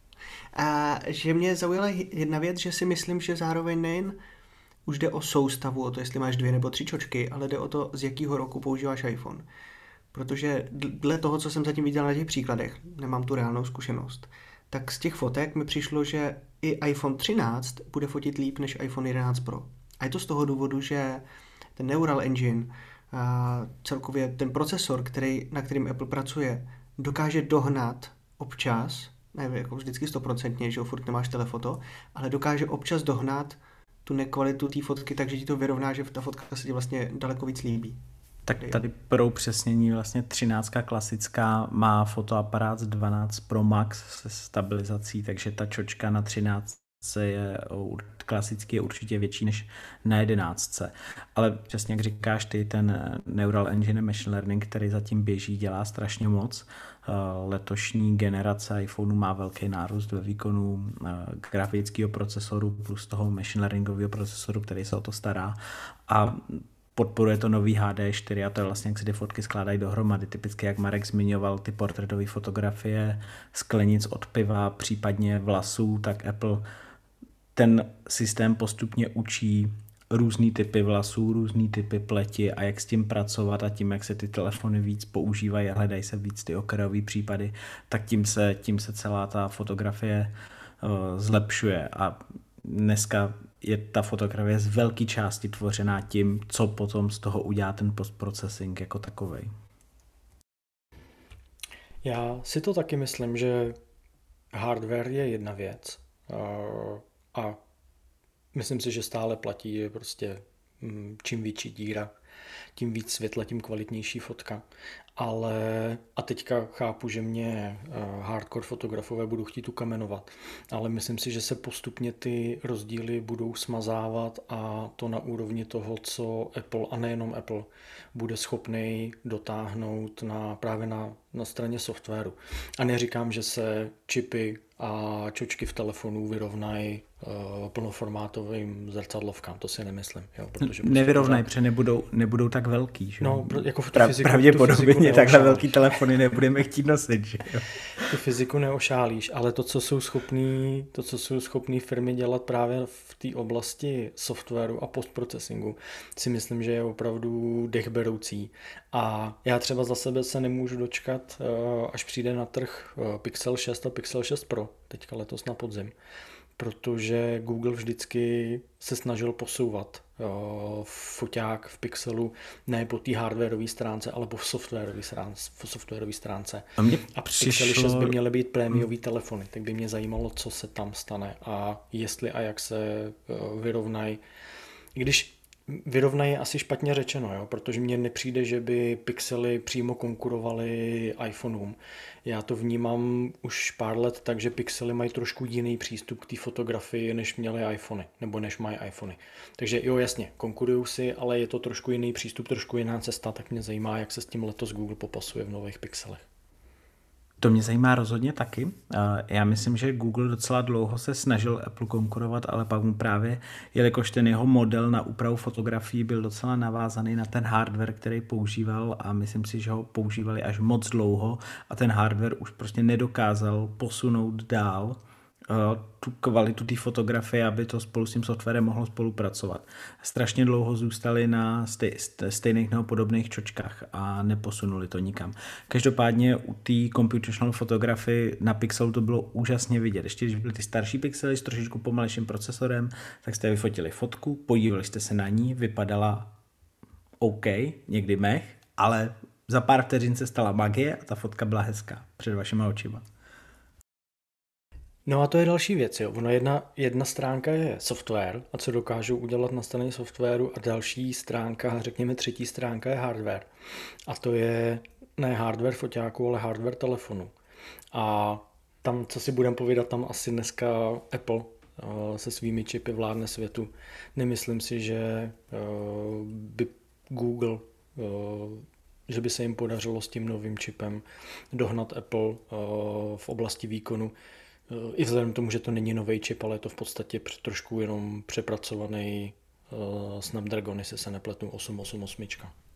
A že mě zaujala jedna věc, že si myslím, že zároveň nejen už jde o soustavu, o to, jestli máš dvě nebo tři čočky, ale jde o to, z jakého roku používáš iPhone. Protože dle toho, co jsem zatím viděl na těch příkladech, nemám tu reálnou zkušenost, tak z těch fotek mi přišlo, že i iPhone třináct bude fotit líp než iPhone jedenáct Pro. A je to z toho důvodu, že ten Neural Engine, a celkově ten procesor, který, na kterým Apple pracuje, dokáže dohnat občas, ne jako vždycky stoprocentně, že jo, furt nemáš telefoto, ale dokáže občas dohnat tu nekvalitu té fotky, takže ti to vyrovná, že ta fotka se ti vlastně daleko víc líbí. Tak tady pro upřesnění vlastně třináctka klasická má fotoaparát z dvanáct Pro Max se stabilizací, takže ta čočka na třináct je klasicky je určitě větší než na jedenáctce. Ale přesně jak říkáš ty, ten Neural Engine Machine Learning, který zatím běží, dělá strašně moc. Letošní generace iPhoneu má velký nárůst ve výkonu grafického procesoru plus toho machine learningového procesoru, který se o to stará. A podporuje to nový H D čtyři a to je vlastně, jak se ty fotky skládají dohromady. Typicky, jak Marek zmiňoval, ty portrétové fotografie, sklenic od piva, případně vlasů, tak Apple ten systém postupně učí různý typy vlasů, různý typy pleti a jak s tím pracovat a tím, jak se ty telefony víc používají a hledají se víc ty okrajové případy, tak tím se, tím se celá ta fotografie uh, zlepšuje a dneska je ta fotografie z velké části tvořená tím, co potom z toho udělá ten postprocessing jako takovej. Já si to taky myslím, že hardware je jedna věc a myslím si, že stále platí, že prostě čím větší díra, tím víc světla, tím kvalitnější fotka. Ale a teďka chápu, že mě hardcore fotografové budou chtít ukamenovat, ale myslím si, že se postupně ty rozdíly budou smazávat a to na úrovni toho, co Apple a nejenom Apple bude schopný dotáhnout na, právě na, na straně softwaru. A neříkám, že se čipy a čočky v telefonu vyrovnají uh, plnoformátovým zrcadlovkám, to si nemyslím. Jo, protože prostě nevyrovnají, protože nebudou, nebudou tak velký. Že? No, jako v tu pra, fyziku, pravděpodobně takhle velký telefony nebudeme chtít nosit. Že? Jo. Tu fyziku neošálíš, ale to, co jsou schopný, to, co jsou schopný firmy dělat právě v té oblasti softwaru a postprocesingu, si myslím, že je opravdu dechberoucí. A já třeba za sebe se nemůžu dočkat, až přijde na trh Pixel šest a Pixel šest Pro, teďka letos na podzim, protože Google vždycky se snažil posouvat foťák v Pixelu ne po té hardwareové stránce, ale po softwarové stránce. Softwarové stránce. A, mě a přišlo... Pixel šest by měly být prémiové telefony, tak by mě zajímalo, co se tam stane a jestli a jak se vyrovnají. Když vyrovnají je asi špatně řečeno, jo? Protože mně nepřijde, že by Pixely přímo konkurovaly iPhoneům. Já to vnímám už pár let tak, že Pixely mají trošku jiný přístup k té fotografii, než měly iPhony, nebo než mají iPhony. Takže jo, jasně, konkurují si, ale je to trošku jiný přístup, trošku jiná cesta, tak mě zajímá, jak se s tím letos Google popasuje v nových Pixelech. To mě zajímá rozhodně taky. Já myslím, že Google docela dlouho se snažil Apple konkurovat, ale pak mu právě, jelikož ten jeho model na úpravu fotografií byl docela navázaný na ten hardware, který používal a myslím si, že ho používali až moc dlouho a ten hardware už prostě nedokázal posunout dál tu kvalitu té fotografie, aby to spolu s tím softwarem mohlo spolupracovat. Strašně dlouho zůstali na stej, stejných nebo podobných čočkách a neposunuli to nikam. Každopádně u té computational fotografii na Pixelu to bylo úžasně vidět. Ještě když byly ty starší Pixely s trošičku pomalejším procesorem, tak jste vyfotili fotku, podívali jste se na ní, vypadala OK, někdy mech, ale za pár vteřin se stala magie a ta fotka byla hezká před vašima očima. No a to je další věc. Jo. Ono jedna, jedna stránka je software a co dokážou udělat na straně softwaru a další stránka, řekněme třetí stránka je hardware. A to je ne hardware foťáku, ale hardware telefonu. A tam, co si budeme povídat, tam asi dneska Apple uh, se svými čipy vládne světu. Nemyslím si, že uh, by Google, uh, že by se jim podařilo s tím novým čipem dohnat Apple uh, v oblasti výkonu. I vzhledem k tomu, že to není nový čip, ale je to v podstatě trošku jenom přepracovaný uh, Snapdragon, jestli se nepletu, osm osm osm.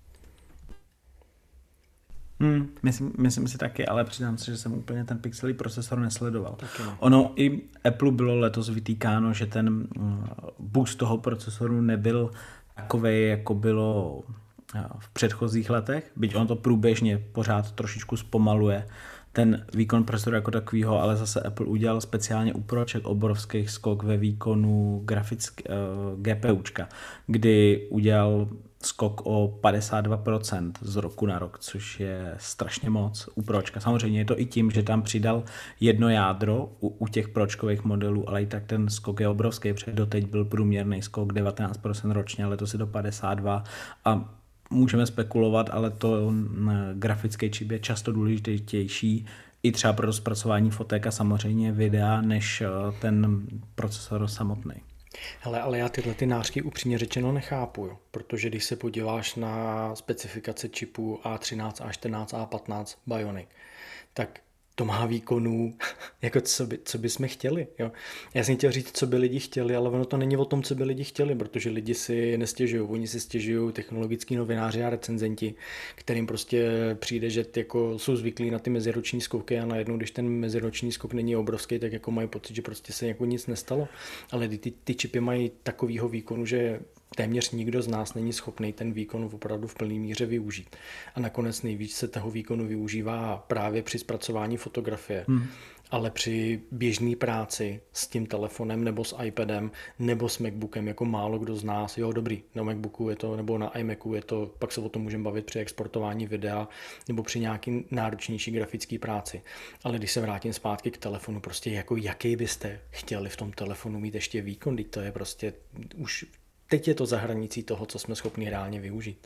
Hmm, myslím, myslím si taky, ale přiznám se, že jsem úplně ten pixelový procesor nesledoval. Taky ne. Ono i Apple bylo letos vytýkáno, že ten boost toho procesoru nebyl takovej, jako bylo v předchozích letech, byť on to průběžně pořád trošičku zpomaluje ten výkon procesoru jako takovýho, ale zase Apple udělal speciálně u proček obrovský skok ve výkonu grafick, uh, GPUčka, kdy udělal skok o padesát dva procent z roku na rok, což je strašně moc u pročka. Samozřejmě je to i tím, že tam přidal jedno jádro u, u těch pročkových modelů, ale i tak ten skok je obrovský, protože doteď byl průměrný skok devatenáct procent ročně, ale letos je to padesát dva a můžeme spekulovat, ale to grafický čip je často důležitější i třeba pro zpracování fotek a samozřejmě videa, než ten procesor samotný. Hele, ale já tyhle ty nářky upřímně řečeno nechápu, jo. Protože když se podíváš na specifikace čipů A třináct, A čtrnáct, A patnáct Bionic, tak to má výkonů, jako co, by, co bychom chtěli. Jo. Já jsem chtěl říct, co by lidi chtěli, ale ono to není o tom, co by lidi chtěli, protože lidi si nestěžují. Oni si stěžují technologický novináři a recenzenti, kterým prostě přijde, že jako jsou zvyklí na ty meziroční skoky a najednou, když ten meziroční skok není obrovský, tak jako mají pocit, že prostě se jako nic nestalo. Ale ty, ty čipy mají takovýho výkonu, že téměř nikdo z nás není schopný ten výkon opravdu v plné míře využít. A nakonec nejvíc se toho výkonu využívá právě při zpracování fotografie, hmm. ale při běžné práci s tím telefonem nebo s iPadem nebo s MacBookem, jako málo kdo z nás, jo dobrý, na MacBooku je to, nebo na iMacu je to, pak se o tom můžeme bavit při exportování videa nebo při nějaký náročnější grafické práci. Ale když se vrátím zpátky k telefonu, prostě jako jaký byste chtěli v tom telefonu mít ještě výkon, teď to je prostě už teď je to za hranicí toho, co jsme schopni reálně využít.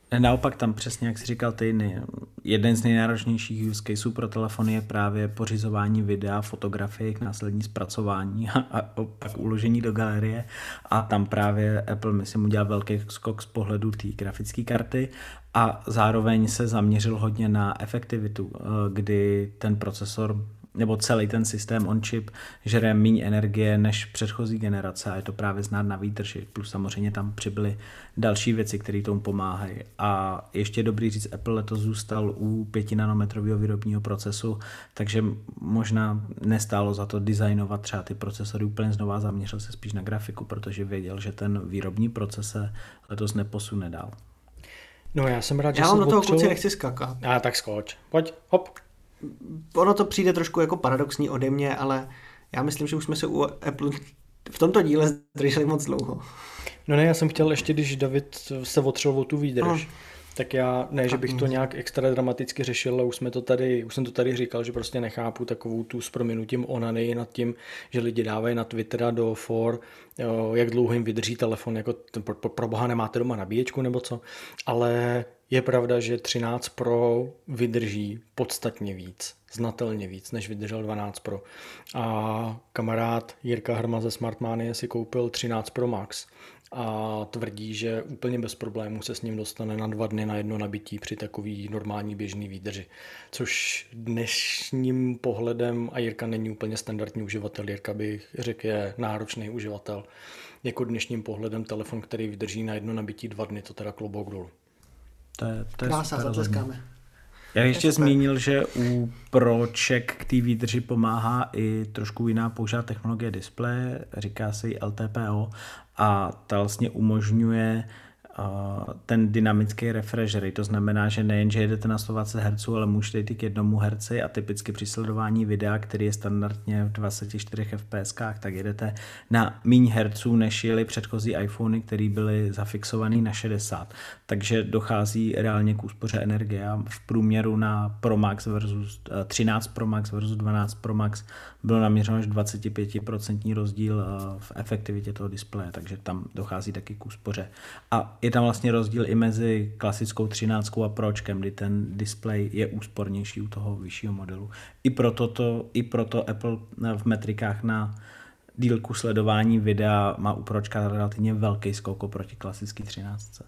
Naopak tam přesně, jak jsi říkal ty, nej, jeden z nejnáročnějších use caseů pro telefony je právě pořizování videa, fotografie, následní zpracování a, a pak uložení do galerie a tam právě Apple, myslím, udělal velký skok z pohledu té grafické karty a zároveň se zaměřil hodně na efektivitu, kdy ten procesor nebo celý ten systém on-chip žere méně energie než předchozí generace a je to právě znát na výdrži. Plus samozřejmě tam přibyly další věci, které tomu pomáhají. A ještě dobrý říct, Apple letos zůstal u pětinanometrového výrobního procesu, takže možná nestálo za to designovat třeba ty procesory úplně znova a zaměřil se spíš na grafiku, protože věděl, že ten výrobní proces se letos neposune dál. No já jsem rád, že já jsem vám do toho opřel... kluci nechci skakat. A tak skoč. Pojď, hop. Ono to přijde trošku jako paradoxní ode mě, ale já myslím, že už jsme se u Apple v tomto díle zdrželi moc dlouho. No ne, já jsem chtěl ještě, když David se otřel o tu výdrž, no. tak já, ne, že bych to nějak extra dramaticky řešil, ale už, jsme to tady, už jsem to tady říkal, že prostě nechápu takovou tu s prominutím onany nad tím, že lidi dávají na Twittera do for, jak dlouho jim vydrží telefon, jako pro, pro boha nemáte doma nabíječku nebo co, ale je pravda, že třináct Pro vydrží podstatně víc, znatelně víc, než vydržel dvanáct Pro. A kamarád Jirka Hrma ze Smartmania si koupil třináct Pro Max a tvrdí, že úplně bez problémů se s ním dostane na dva dny na jedno nabití při takový normální běžný výdrži. Což dnešním pohledem, a Jirka není úplně standardní uživatel, Jirka bych řekl je náročný uživatel, jako dnešním pohledem telefon, který vydrží na jedno nabití dva dny, to teda klobouk dolů. To je, to je Krása, zatleskáme. Já ještě zmínil, že u Proček k té výdrži pomáhá i trošku jiná použitá technologie displeje, říká se jí L T P O a ta vlastně umožňuje ten dynamický refresh rate, to znamená, že nejen, že jedete na sto dvacet hertzů, ale můžete jít k jednomu herci a typicky při sledování videa, který je standardně v dvacet čtyři F P S, tak jedete na míň hertzů, než jeli předchozí iPhony, které byly zafixované na šedesát. Takže dochází reálně k úspoře energie a v průměru na Pro Max versus třináct Pro Max versus dvanáct Pro Max bylo naměřeno až dvacet pět procent rozdíl v efektivitě toho displeje, takže tam dochází taky k úspoře. A je tam vlastně rozdíl i mezi klasickou třináctkou a Pročkem, kdy ten displej je úspornější u toho vyššího modelu. I proto, to, i proto Apple v metrikách na dílku sledování videa má u Pročka relativně velký skok oproti klasický třináctce.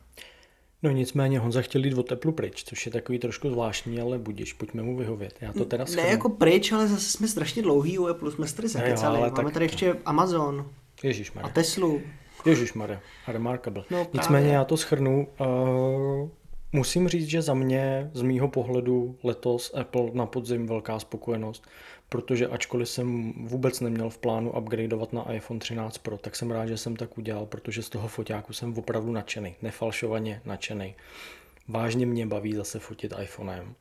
No nicméně Honza chtěl jít od Apple pryč, což je takový trošku zvláštní, ale budiš, pojďme mu vyhovět. Já to teda ne jako pryč, ale zase jsme strašně dlouhý u Apple, jsme tady zakecali. Máme tak... tady ještě Amazon Ježišmarja. a Teslu. Ježišmarja, remarkable. No, nicméně já to shrnu. Uh, musím říct, že za mě, z mýho pohledu, letos Apple na podzim velká spokojenost, protože ačkoliv jsem vůbec neměl v plánu upgradeovat na iPhone třináct Pro, tak jsem rád, že jsem tak udělal, protože z toho foťáku jsem opravdu nadšený, nefalšovaně nadšený. Vážně mě baví zase fotit iPhonem.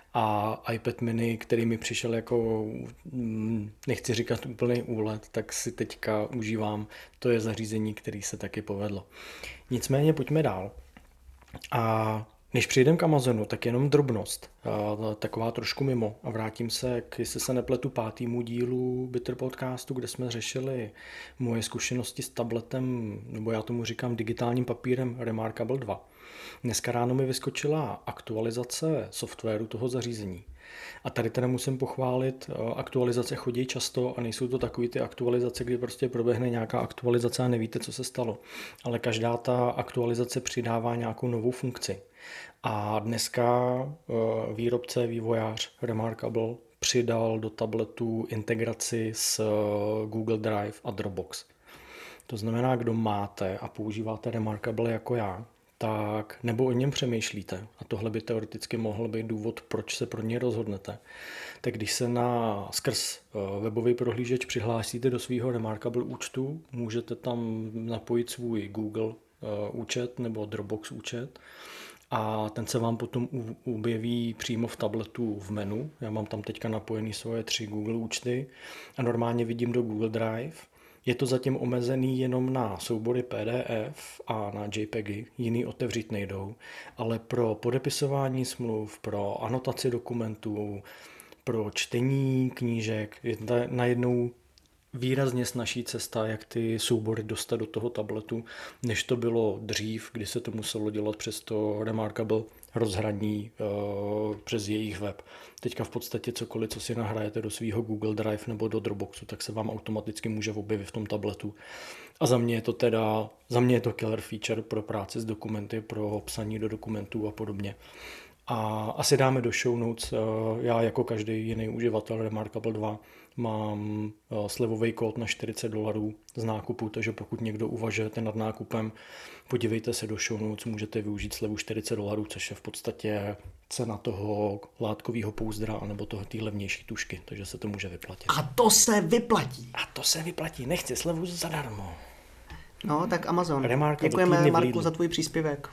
A iPad mini, který mi přišel jako, nechci říkat úplný úlet, tak si teďka užívám. To je zařízení, který se taky povedlo. Nicméně pojďme dál. A než přijdem k Amazonu, tak jenom drobnost, taková trošku mimo. A vrátím se k, jestli se nepletu, pátýmu dílu Bitter podcastu, kde jsme řešili moje zkušenosti s tabletem, nebo já tomu říkám digitálním papírem Remarkable dva. Dneska ráno mi vyskočila aktualizace softwaru toho zařízení. A tady teda musím pochválit, aktualizace chodí často a nejsou to takový ty aktualizace, kdy prostě proběhne nějaká aktualizace a nevíte, co se stalo. Ale každá ta aktualizace přidává nějakou novou funkci. A dneska výrobce, vývojář Remarkable přidal do tabletu integraci s Google Drive a Dropbox. To znamená, kdo máte a používáte Remarkable jako já, tak nebo o něm přemýšlíte, a tohle by teoreticky mohl být důvod, proč se pro něj rozhodnete, tak když se na skrz webový prohlížeč přihlásíte do svého Remarkable účtu, můžete tam napojit svůj Google účet nebo Dropbox účet a ten se vám potom objeví přímo v tabletu v menu. Já mám tam teďka napojený svoje tři Google účty a normálně vidím do Google Drive. Je to zatím omezený jenom na soubory P D F a na JPEGy, jiný otevřít nejdou, ale pro podepisování smluv, pro anotaci dokumentů, pro čtení knížek, najednou výrazně snazší cesta, jak ty soubory dostat do toho tabletu, než to bylo dřív, kdy se to muselo dělat přes to Remarkable rozhraní uh, přes jejich web. Teďka v podstatě cokoliv, co si nahrajete do svého Google Drive nebo do Dropboxu, tak se vám automaticky může objevit v tom tabletu. A za mě je to teda, za mě je to killer feature pro práci s dokumenty, pro psaní do dokumentů a podobně. A asi dáme do show notes, já jako každý jiný uživatel Remarkable dva mám slevový kód na čtyřicet dolarů z nákupu, takže pokud někdo uvažujete nad nákupem, podívejte se do show notes, můžete využít slevu čtyřicet dolarů, což je v podstatě cena toho látkového pouzdra anebo toho té levnější tušky, takže se to může vyplatit. A to se vyplatí. A to se vyplatí, nechci slevu zadarmo. No, tak Amazon. Remarkable, děkujeme, Marku, za tvůj příspěvek.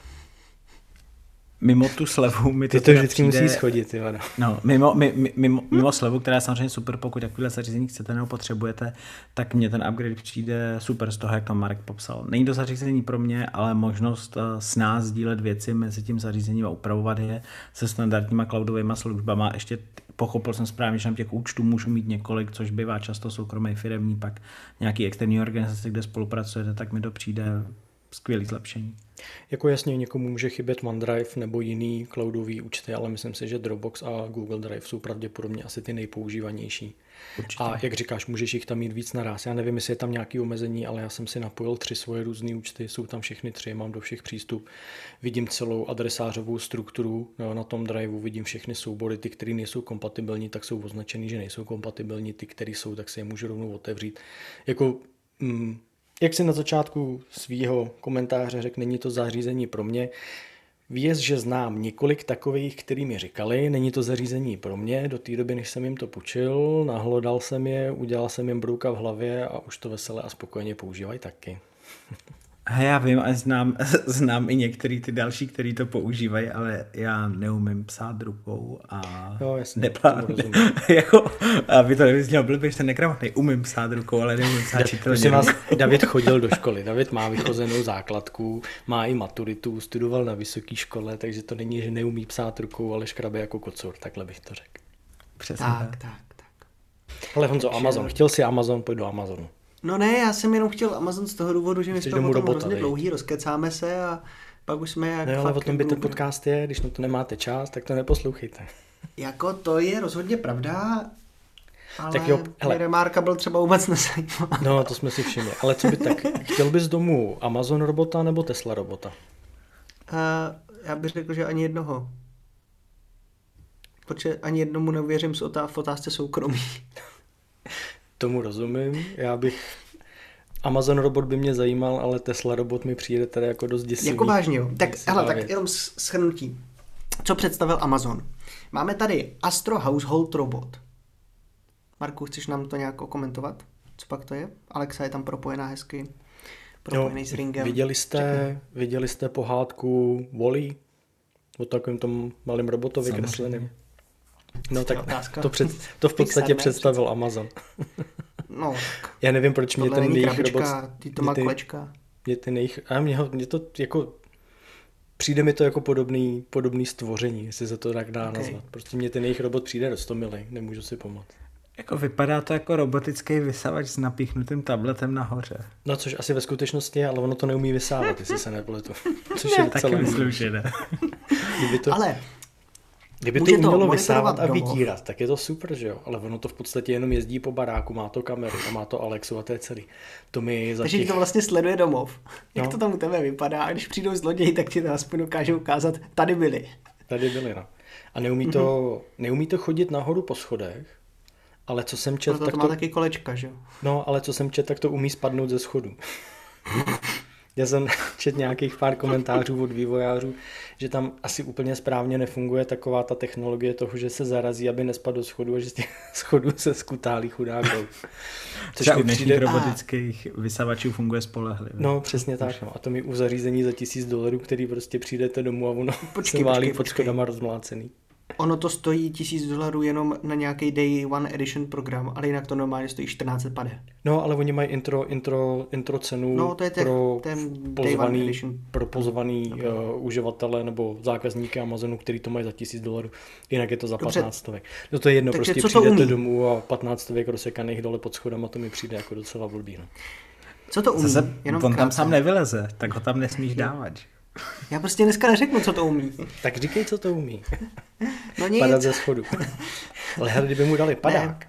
Mimo tu slevu mi to Ty to vždycky přijde... musí schodit, jo. No, mimo, mimo, mimo, mimo slevu, která je samozřejmě super, pokud takovýhle zařízení chcete nebo potřebujete, tak mně ten upgrade přijde super z toho, jak to Marek popsal. Není to zařízení pro mě, ale možnost s nás sdílet věci mezi tím zařízením a upravovat je se standardníma cloudovými službama. Ještě pochopil jsem správně, že tam těch účtů můžu mít několik, což bývá často soukromý firemní, pak nějaký externí organizace, kde spolupracujete, tak mi to přijde skvělý zlepšení. Jako jasně někomu může chybět OneDrive nebo jiný cloudový účty, ale myslím si, že Dropbox a Google Drive jsou pravděpodobně asi ty nejpoužívanější. Určitě. A jak říkáš, můžeš jich tam mít víc naraz. Já nevím, jestli je tam nějaké omezení, ale já jsem si napojil tři svoje různé účty, jsou tam všechny tři, mám do všech přístup. Vidím celou adresářovou strukturu na tom driveu, vidím všechny soubory, ty, které nejsou kompatibilní, tak jsou označený, že nejsou kompatibilní, ty, které jsou, tak si je můžu rovnou otevřít. Jako... Mm, Jak si na začátku svýho komentáře řekl, není to zařízení pro mě. Věz, že znám několik takových, který mi říkali, není to zařízení pro mě, do té doby, než jsem jim to půjčil, nahlodal jsem je, udělal jsem jim brouka v hlavě a už to veselé a spokojeně používají taky. A já vím a znám, znám i některý ty další, který to používají, ale já neumím psát rukou a jo, jasně, neplá, ne, jako, aby to nevyznělo blbě, že jsem nekramotný, umím psát rukou, ale neumím psát čitelně. Vás, David chodil do školy, David má vychozenou základku, má i maturitu, studoval na vysoké škole, takže to není, že neumí psát rukou, ale škrabe jako kocur, takhle bych to řekl. Přesně tak, tak, tak. Ale Honzo, Amazon, chtěl si Amazon, pojď do Amazonu. No ne, já jsem jenom chtěl Amazon z toho důvodu, že my jsme o tom hrozně dlouhý, rozkecáme se a pak už jsme jak no, fakt... ale o tom by ten podcast je, když na to nemáte čas, tak to neposlouchejte. Jako to je rozhodně pravda, ale tak jo, hele. Remarkable třeba vůbec nezajímá. No, to jsme si všimli. Ale co by tak, chtěl bys domů Amazon robota nebo Tesla robota? Uh, já bych řekl, že ani jednoho. Protože ani jednomu neuvěřím v otázce soukromí. Tomu rozumím, já bych... Amazon robot by mě zajímal, ale Tesla robot mi přijde teda jako dost děsivý. Jako vážně, jo. Tak, hele, tak jenom shrnutí. Co představil Amazon? Máme tady Astro Household Robot. Marku, chceš nám to nějak okomentovat? Co pak to je? Alexa je tam propojená hezky. Propojený s Ringem. Viděli jste, viděli jste pohádku Wall-E? O takovém tom malým robotovi kresleným. No tak to, před, to v podstatě představil Amazon. No, já nevím, proč mě ten jejich robot... Ty to má kolečka. Mě ten jejich... A mě, mě to jako... Přijde mi to jako podobný, podobný stvoření, jestli se to tak dá okay. nazvat. Prostě mě ten jejich robot přijde roztomilej, nemůžu si pomoct. Jako vypadá to jako robotický vysavač s napíchnutým tabletem nahoře. No což asi ve skutečnosti je, ale ono to neumí vysávat, jestli se nepletu. Což ne, je taky myslím, že ne. Kdyby to... Ale... Kdyby to umělo vysávat a vytírat, tak je to super, že jo? Ale ono to v podstatě jenom jezdí po baráku, má to kameru a má to Alexu a to je celý. To mi za Takže těch... to vlastně sleduje domov. Jak no. to tam u tebe vypadá a když přijdou zloději, tak ti to aspoň dokáže ukázat, tady byli. Tady byli, no. A neumí to, mm-hmm. neumí to chodit nahoru po schodech, ale co jsem čet, no to tak to... to... má taky kolečka, že jo? No, ale co jsem čet, tak to umí spadnout ze schodu. Já jsem čet nějakých pár komentářů od vývojářů, že tam asi úplně správně nefunguje taková ta technologie toho, že se zarazí, aby nespadl do schodu a že z těch schodů se skutálí chudák dolů. Což u dnešních přijde... robotických vysavačů funguje spolehlivě. No, přesně tak. No. A to mi u zařízení za tisíc dolarů, který prostě přijdete domů a ono se válí pod schodama rozmlácený. ono to stojí tisíc dolarů jenom na nějaký day one edition program, ale jinak to normálně stojí čtrnáct set pade. No, ale oni mají intro, intro, intro cenu no, to je těch, pro, ten pozvaný, pro pozvaný uh, uživatele nebo zákazníky Amazonu, který to mají za tisíc dolarů. Jinak je to za patnáct stovek. No to je jedno, takže prostě přijdete domů a patnáct stovek rozsekaných dole pod schodama, to mi přijde jako docela blbý. No. Co to umí? Zase, jenom on tam sám nevyleze, tak ho tam nesmíš dávat. Já prostě dneska neřeknu, co to umí. Tak říkej, co to umí. No nic. Padat ze schodu. Ale hele, kdyby mu dali padák.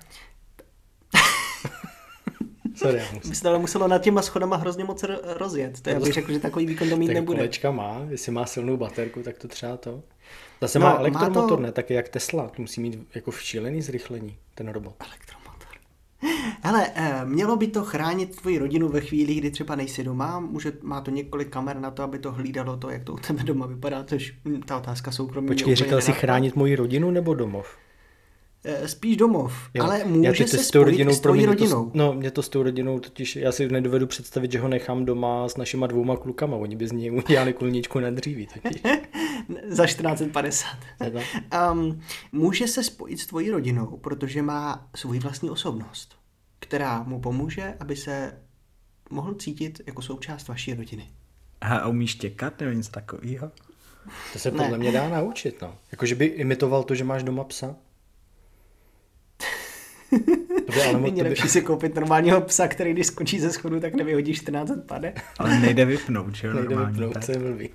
Sorry, by se ale muselo nad těma schodama hrozně moc rozjet. To já bych řekl, že takový výkon to mít tak nebude. Kolečka má, jestli má silnou baterku, tak to třeba to. Zase no, má elektromotor, má to... ne? Tak jak Tesla. Musí mít jako šílený zrychlení, ten robot. Elektromotor. Hele, mělo by to chránit tvoji rodinu ve chvíli, kdy třeba nejsi doma, může, má to několik kamer na to, aby to hlídalo to, jak to u tebe doma vypadá, což ta otázka soukromí. Počkej, říkal jsi chránit moji rodinu nebo domov? Spíš domov, jo, ale může se spojit rodinou, s tvojí rodinou. To, no, mě to s tou rodinou totiž, já si nedovedu představit, že ho nechám doma s našima dvouma klukama, oni by z něj udělali kulničku na dříví totiž. Za čtrnáct padesát. um, může se spojit s tvojí rodinou, protože má svoji vlastní osobnost, která mu pomůže, aby se mohl cítit jako součást vaší rodiny. A umíš těkat nebo něco takového? To se podle ne. mě dá naučit, no. Jakože by imitoval to, že máš doma psa. To by ale mo- Není lepší by... si koupit normálního psa, který když skočí ze schodu, tak nevyhodí čtrnáct pade. Ale nejde vypnout, že jo? Nejde vypnout, co je blbý.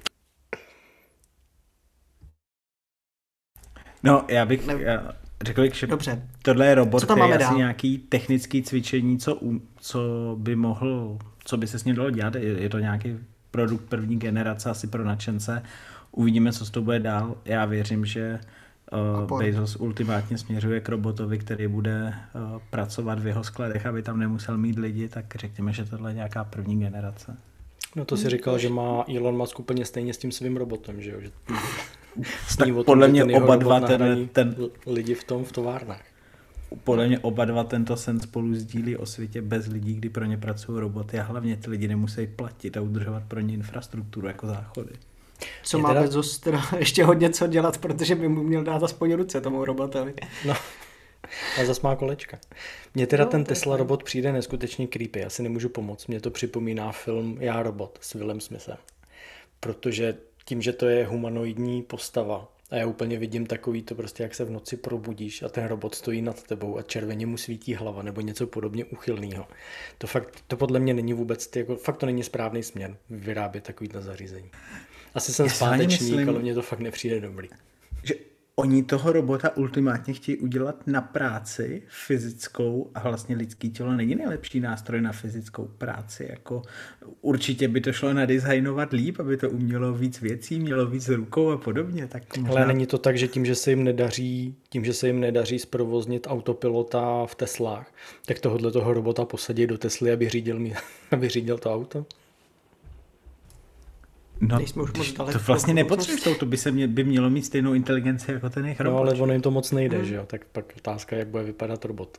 No, já bych ne... já řekl bych, že Dobře. tohle je robot, který je asi nějaký technický cvičení, co, um, co by mohl, co by se s ním dalo dělat. Je, je to nějaký produkt první generace, asi pro nadšence. Uvidíme, co z toho bude dál. Já věřím, že Uh, Bezos ultimátně směřuje k robotovi, který bude uh, pracovat v jeho skladech, aby tam nemusel mít lidi, tak řekněme, že tohle je nějaká první generace. No to si říkal, že má Elon Musk úplně stejně s tím svým robotem, že jo? Že tak podle mě oba dva ten, ten lidi v tom v továrnách. Podle mě oba dva tento sen spolu sdílí o světě bez lidí, kdy pro ně pracují roboty a hlavně ty lidi nemusí platit a udržovat pro ně infrastrukturu jako záchody. Co má teda... Bezos teda ještě hodně co dělat, protože by mu měl dát aspoň ruce tomu robotovi. No, a zas má kolečka. Mně teda no, ten Tesla tak... robot přijde neskutečně creepy, já si nemůžu pomoct. Mně to připomíná film Já robot s Willem Smithem. Protože tím, že to je humanoidní postava a já úplně vidím takový to prostě, jak se v noci probudíš a ten robot stojí nad tebou a červeně mu svítí hlava nebo něco podobně uchylného. To fakt, to podle mě není vůbec, jako, fakt to není správný směr vyrábět takovýhle zařízení. Asi jsem zpátečník, ale mně to fakt nepřijde dobrý. Že oni toho robota ultimátně chtějí udělat na práci fyzickou a vlastně lidský tělo není nejlepší nástroj na fyzickou práci. Jako určitě by to šlo nadizajnovat líp, aby to umělo víc věcí, mělo víc rukou a podobně. Tak možná... Ale není to tak, že tím, že se jim nedaří, tím, že se jim nedaří zprovoznit autopilota v Teslách, tak tohohle toho robota posadí do Tesly, aby řídil, aby řídil to auto? No, to vlastně nepotřebuješ, to by, se mě, by mělo mít stejnou inteligenci jako ten jejich robot. No, ale ono jim to moc nejde, hmm. že jo? Tak pak otázka, jak bude vypadat robot.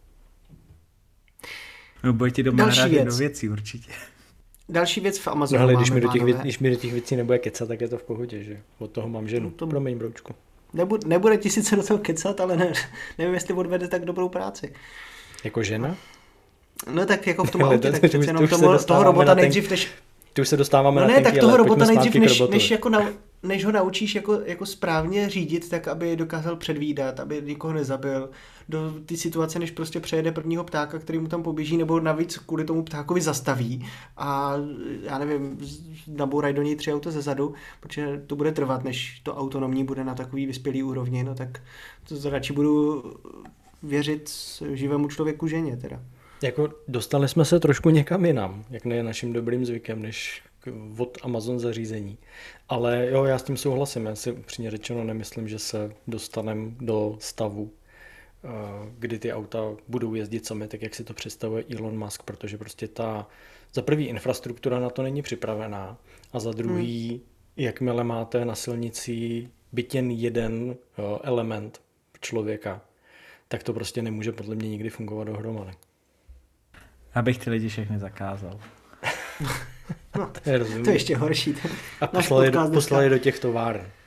No, bude ti doma hrát věc. do věcí určitě. Další věc v Amazonu no, ale máme, když mi, do těch věc, když mi do těch věcí nebude kecat, tak je to v pohodě, že? Od toho mám ženu. No to... Promiň, broučku. Nebude, nebude ti sice do toho kecat, ale ne, nevím, jestli odvede tak dobrou práci. Jako žena? No tak jako v tom autě, tak přece jenom tomu, toho robota nejdřív, než... Ty už se dostáváme no na ne, tak toho robota nejdřív, než, než, než, jako na, než ho naučíš jako, jako správně řídit, tak aby dokázal předvídat, aby nikoho nezabil do ty situace, než prostě přejede prvního ptáka, který mu tam poběží, nebo navíc kvůli tomu ptákovi zastaví a já nevím, nabourají do něj tři auta ze zadu, protože to bude trvat, než to autonomní bude na takový vyspělý úrovni, no tak to radši budu věřit živému člověku ženě teda. Jako dostali jsme se trošku někam jinam, jak ne naším dobrým zvykem, než od Amazon zařízení. Ale jo, já s tím souhlasím. Já si upřímně řečeno nemyslím, že se dostaneme do stavu, kdy ty auta budou jezdit sami, tak jak si to představuje Elon Musk, protože prostě ta za prvý infrastruktura na to není připravená a za druhý, hmm. jakmile máte na silnici byt jen jeden element člověka, tak to prostě nemůže podle mě nikdy fungovat dohromady. Abych ty lidi všechny zakázal. No, to, je to je ještě horší. A poslali do, poslali do těch továren.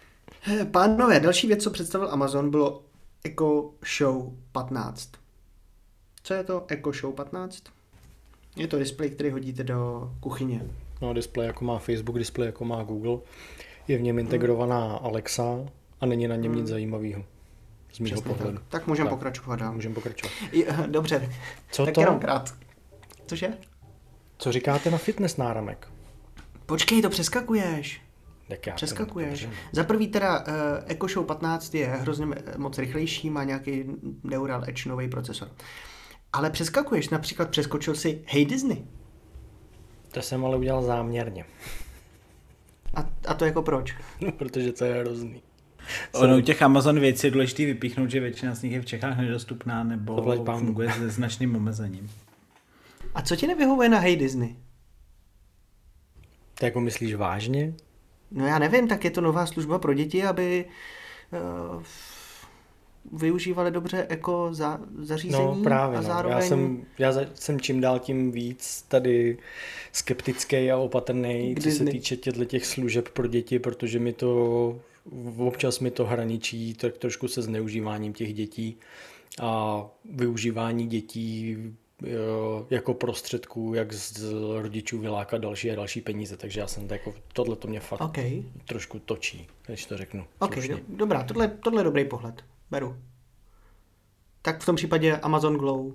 Pánové, další věc, co představil Amazon, bylo Echo Show patnáct. Co je to Echo Show patnáct? Je to displej, který hodíte do kuchyně. No, displej jako má Facebook, displej jako má Google. Je v něm integrovaná Alexa a není na něm nic zajímavého. Z mýho pohledu. Tak, tak můžeme pokračovat dál. Můžeme pokračovat. Dobře, Co tak to? jenom krát. Cože? Co říkáte na fitness náramek? Počkej, to přeskakuješ. Tak já Přeskakuješ. to Za prvý teda uh, Echo Show patnáct je hrozně moc rychlejší, má nějaký Neural Edge nový procesor. Ale přeskakuješ, například přeskočil si Hey Disney. To jsem ale udělal záměrně. A, a to jako proč? No, protože to je hrozný. Ono u těch Amazon věcí je důležité vypíchnout, že většina z nich je v Čechách nedostupná nebo funguje se značným omezením. A co ti nevyhovuje na Hey Disney? To jako myslíš vážně? No já nevím, tak je to nová služba pro děti, aby uh, využívali dobře jako za, zařízení. No právě, a no. zároveň... já, jsem, já jsem čím dál tím víc tady skeptický a opatrný, co se týče těch služeb pro děti, protože mi to občas mi to hraničí tak trošku se zneužíváním těch dětí a využívání dětí jako prostředků, jak z rodičů vylákat další a další peníze, takže já jsem to jako, tohle to mě fakt okay. trošku točí, když to řeknu. Ok, do, dobrá, tohle, tohle je dobrý pohled, beru. Tak v tom případě Amazon Glow.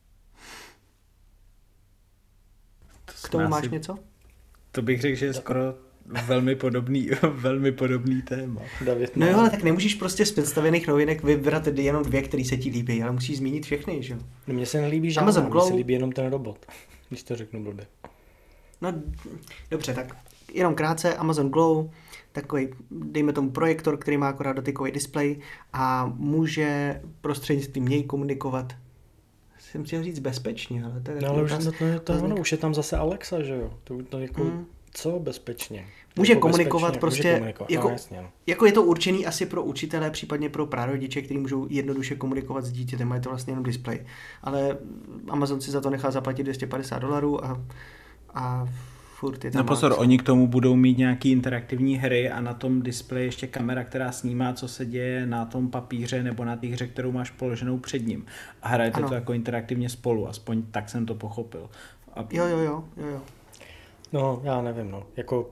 K tomu máš asi, něco? To bych řekl, že je skoro velmi podobný, velmi podobný téma. David, no jo, ale tak nemůžeš prostě z představených novinek vybrat jenom dvě, které se ti líbí, ale musíš zmínit všechny, že jo? No mně se nelíbí žádná, mně se líbí jenom ten robot, když to řeknu blbě. No dobře, tak jenom krátce, Amazon Glow, takový, dejme tomu projektor, který má akorát dotykový displej a může prostřednictvím něj komunikovat. Jsem chtěl říct bezpečně, ale to je... No ale už to, to, to, to ono, už je tam zase Alexa, že jo? To, to jako... Hmm. Co bezpečně? Může jako komunikovat bezpečně, prostě, může komunikovat. jako, no, jasně, no. jako je to určený asi pro učitele, případně pro prarodiče, kteří můžou jednoduše komunikovat s dítětem, a je to vlastně jenom displej. Ale Amazon si za to nechá zaplatit dvě stě padesát dolarů a, a furt je tam... No pozor, má... oni k tomu budou mít nějaký interaktivní hry a na tom displeji ještě kamera, která snímá, co se děje na tom papíře nebo na té hře, kterou máš položenou před ním. A hrajete ano. to jako interaktivně spolu, aspoň tak jsem to pochopil. A... Jo, jo, jo, jo, jo. No, já nevím, no. Jako...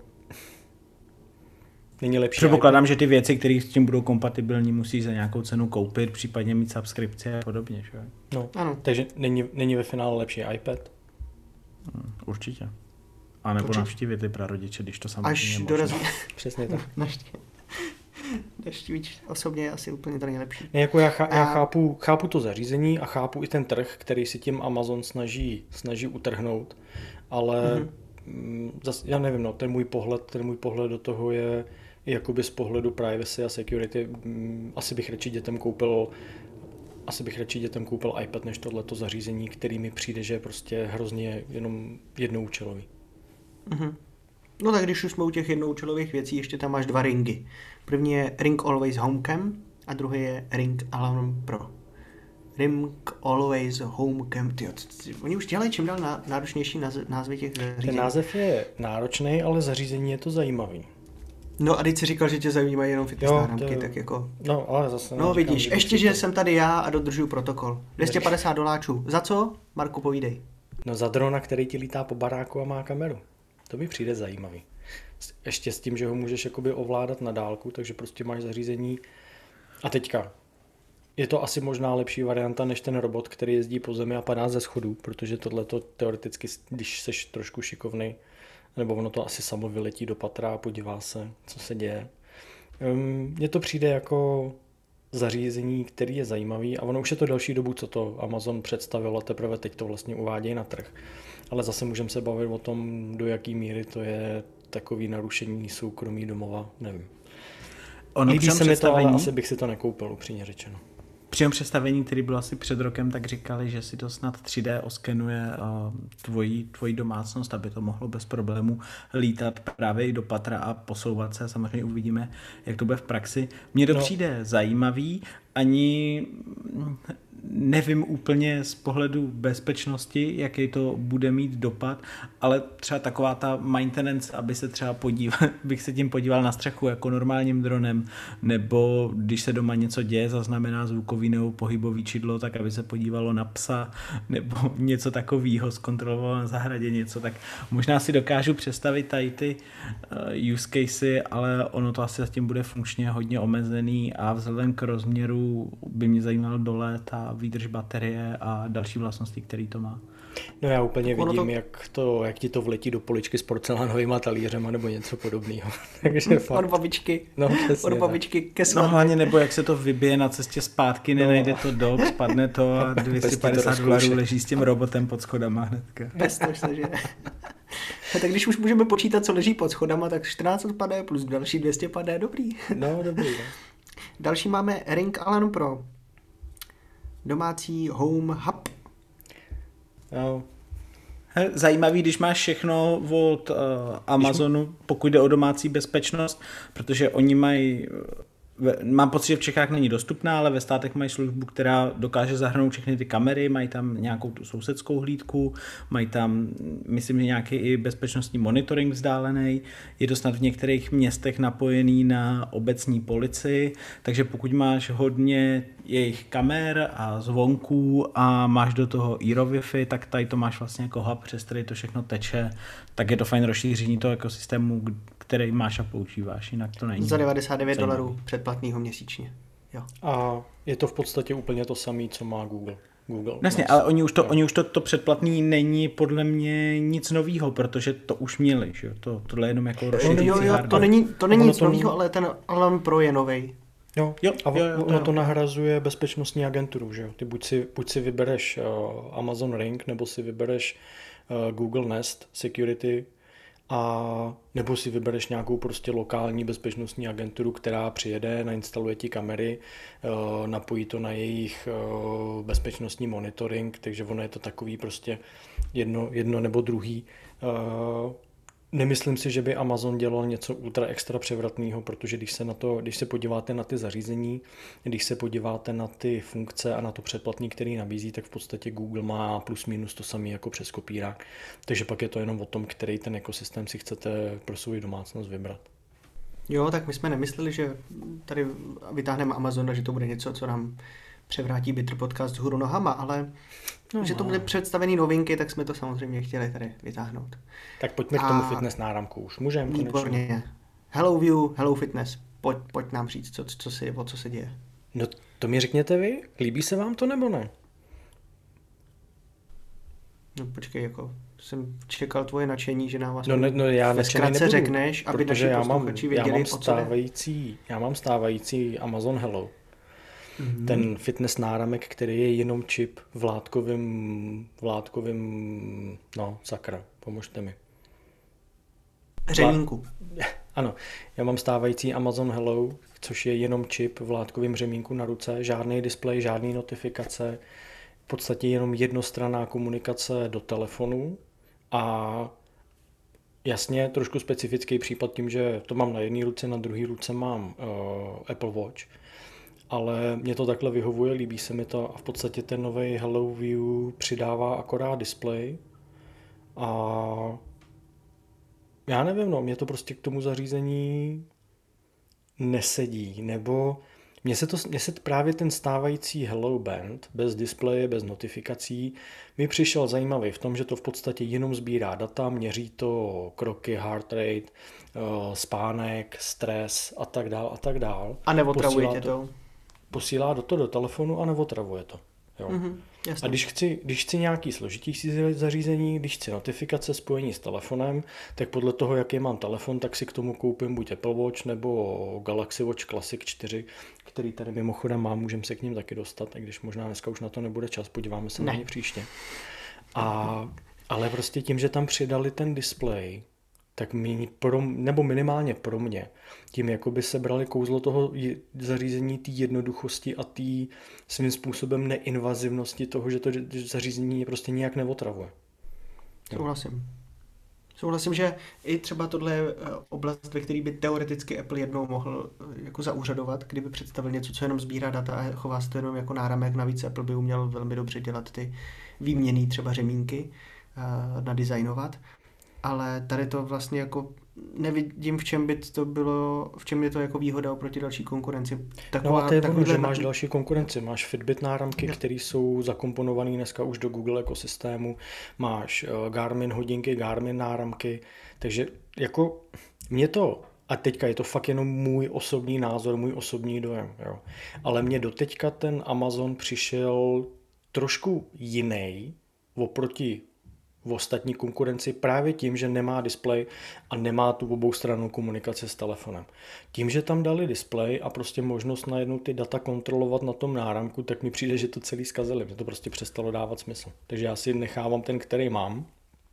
Není lepší. Předpokládám, že ty věci, které s tím budou kompatibilní, musíš za nějakou cenu koupit, případně mít subskripci a podobně, že? No, ano. Takže není, není ve finále lepší iPad? Hmm, určitě. A nebo navštívit ty prarodiče, když to samozřejmě až je dorazí. Přesně tak. Navštívit osobně je asi úplně to nejlepší. Ne, jako já, chá, já chápu, chápu to zařízení a chápu i ten trh, který si tím Amazon snaží, snaží utrhnout, ale mm-hmm. zas, já nevím, no, ten můj pohled, ten můj pohled do toho je jakoby z pohledu privacy a security. Asi bych radši dětem koupil asi bych radši dětem koupil iPad než tohleto zařízení, který mi přijde, že je prostě hrozně jenom jednoúčelový. Mm-hmm. No tak když už jsme u těch jednoúčelových věcí, ještě tam máš dva ringy. První je Ring Always Home Cam a druhý je Ring Alarm Pro. Ring Always Home Cam, tyjo, oni už dělají čím dál náročnější názvy těch zařízení. Ten název je náročný, ale zařízení je to zajímavý. No a teď si říkal, že tě zajímají jenom fitness náramky, tak jako... No, ale zase... No vidíš, ještě, že jsem tady já a dodržuju protokol. dvě stě padesát doláčů. Za co? Marku, povídej. No za drona, který ti lítá po baráku a má kameru. To mi přijde zajímavý. Ještě s tím, že ho můžeš jakoby ovládat na dálku, takže prostě máš zařízení. A teďka, je to asi možná lepší varianta než ten robot, který jezdí po zemi a padá ze schodů, protože tohleto teoreticky, když seš trošku šikovnej, nebo ono to asi samo vyletí do patra a podívá se, co se děje. Mně to přijde jako zařízení, který je zajímavý a ono už je to delší dobu, co to Amazon představil a teprve teď to vlastně uvádějí na trh. Ale zase můžeme se bavit o tom, do jaký míry to je takový narušení soukromí domova, nevím. Ono líbí se mi to, ale asi bych si to nekoupil, upřímně řečeno. Při tom představení, který bylo asi před rokem, tak říkali, že si to snad tři dé oskenuje uh, tvoji, tvoji domácnost, aby to mohlo bez problémů lítat právě i do patra a posouvat se. Samozřejmě uvidíme, jak to bude v praxi. Mně to no. přijde zajímavý, ani nevím úplně z pohledu bezpečnosti, jaký to bude mít dopad, ale třeba taková ta maintenance, aby se třeba podíval, bych se tím podíval na střechu jako normálním dronem, nebo když se doma něco děje, zaznamená zvukový nebo pohybový čidlo, tak aby se podívalo na psa, nebo něco takového, zkontrolovalo na zahradě něco, tak možná si dokážu představit tady ty uh, use casey, ale ono to asi zatím bude funkčně hodně omezený a vzhledem k rozměru by mě zajímalo dolet a výdrž baterie a další vlastnosti, který to má. No já úplně ono vidím, to... jak, to, jak ti to vletí do poličky s porcelánovýma talířema nebo něco podobného. Takže fakt. Od babičky. No, přesně, Od babičky ke No svatbě. hlavně nebo jak se to vybije na cestě zpátky, nenajde to dog, spadne to a dvě stě padesát dolarů leží s tím robotem pod schodama hnedka. Bez toho se, že... Tak když už můžeme počítat, co leží pod schodama, tak čtrnáct odpadé plus další dvě stě padé, dobrý. No, dobrý. No. Další máme Ring Alarm Pro. Domácí home hub. No. Zajímavý, když máš všechno od uh, Amazonu, pokud jde o domácí bezpečnost, protože oni mají, mám pocit, že v Čechách není dostupná, ale ve státech mají službu, která dokáže zahrnout všechny ty kamery, mají tam nějakou tu sousedskou hlídku, mají tam, myslím, že nějaký i bezpečnostní monitoring vzdálený, je to snad v některých městech napojený na obecní policii, takže pokud máš hodně jejich kamer a zvonků a máš do toho i Wi-Fi, tak tady to máš vlastně jako hub, přes který to všechno teče, tak je to fajn rozšíření toho ekosystému, který máš a používáš, jinak to není. Za devadesát devět dolarů předplatného měsíčně. Jo. A je to v podstatě úplně to samé, co má Google. Google Jasně, ale oni už to, oni už to, to předplatný není podle mě nic novýho, protože to už měli, že jo? To, tohle je jenom jako rozšířící jo, jo, hardware. to není, to není nic to... novýho, ale ten Alarm Pro je novej. Jo, jo, a jo, jo, ono to, to nahrazuje bezpečnostní agenturu, že jo? Ty buď si, buď si vybereš uh, Amazon Ring, nebo si vybereš uh, Google Nest Security, a nebo si vybereš nějakou prostě lokální bezpečnostní agenturu, která přijede, nainstaluje ti kamery, uh, napojí to na jejich uh, bezpečnostní monitoring, takže ono je to takový prostě jedno, jedno nebo druhý. Uh, Nemyslím si, že by Amazon dělal něco ultra extra převratného, protože když se, na to, když se podíváte na ty zařízení, když se podíváte na ty funkce a na to předplatný, který nabízí, tak v podstatě Google má plus minus to samé jako přes kopírák. Takže pak je to jenom o tom, který ten ekosystém si chcete pro svou domácnost vybrat. Jo, tak my jsme nemysleli, že tady vytáhneme Amazon a že to bude něco, co nám převrátí Bitter Podcast hůru nohama, ale no, že to byly představený novinky, tak jsme to samozřejmě chtěli tady vytáhnout. Tak pojďme a... k tomu fitness náramku už. Můžeme konečně. Hello View, Hello Fitness. Pojď, pojď nám říct, co, co si, o co se děje. No to mi řekněte vy, líbí se vám to nebo ne? No počkej, jako jsem čekal tvoje nadšení, že nám vás no, ne, no, já ve zkratce řekneš, aby naši posluchači věděli, já mám o co stávající, já mám stávající Amazon Hello. Mm-hmm. Ten fitness náramek, který je jenom čip v látkovým, v látkovým, no sakra, pomožte mi. Řemínku. Ano, já mám stávající Amazon Hello, což je jenom čip v látkovém řemínku na ruce, žádný displej, žádný notifikace, v podstatě jenom jednostranná komunikace do telefonu a jasně trošku specifický případ tím, že to mám na jedné ruce, na druhé ruce mám uh, Apple Watch, ale mě to takhle vyhovuje, líbí se mi to a v podstatě ten nový Hello View přidává akorát display a já nevím, no, mě to prostě k tomu zařízení nesedí, nebo mně se, to, mně se právě ten stávající Hello Band bez displeje, bez notifikací mi přišel zajímavý v tom, že to v podstatě jenom sbírá data, měří to kroky, heart rate, spánek, stres a tak dál a tak dál. A neotravuje tě to? Posílá do to do telefonu a neotravuje to. Jo. Mm-hmm, a když chci, když chci nějaký složitější zařízení, když chci notifikace spojení s telefonem, tak podle toho, jaký mám telefon, tak si k tomu koupím buď Apple Watch nebo Galaxy Watch Classic čtyři, který tady mimochodem mám, můžeme se k ním taky dostat, i když možná dneska už na to nebude čas, podíváme se ne. na ně příště. A, ale prostě tím, že tam přidali ten display, tak mi, pro, nebo minimálně pro mě, tím jakoby se brali kouzlo toho zařízení, té jednoduchosti a té svým způsobem neinvazivnosti toho, že to zařízení prostě nějak neotravuje. Souhlasím. Souhlasím, že i třeba tohle je oblast, ve které by teoreticky Apple jednou mohl jako zaúřadovat, kdyby představil něco, co jenom sbírá data a chová se to jenom jako náramek. Navíc Apple by uměl velmi dobře dělat ty výměnný třeba řemínky, nadizajnovat. Ale tady to vlastně jako nevidím, v čem by to bylo, v čem je to jako výhoda oproti další konkurenci. Taková, no a to je ono, že máš další konkurenci. Máš Fitbit náramky, no. které jsou zakomponované dneska už do Google ekosystému. Máš uh, Garmin hodinky, Garmin náramky. Takže jako mě to, a teďka je to fakt jenom můj osobní názor, můj osobní dojem. Jo. Ale mně doteďka ten Amazon přišel trošku jiný oproti v ostatní konkurenci právě tím, že nemá displej a nemá tu oboustrannou komunikaci s telefonem. Tím, že tam dali displej a prostě možnost najednou ty data kontrolovat na tom náramku, tak mi přijde, že to celý zkazili. Mně to prostě přestalo dávat smysl. Takže já si nechávám ten, který mám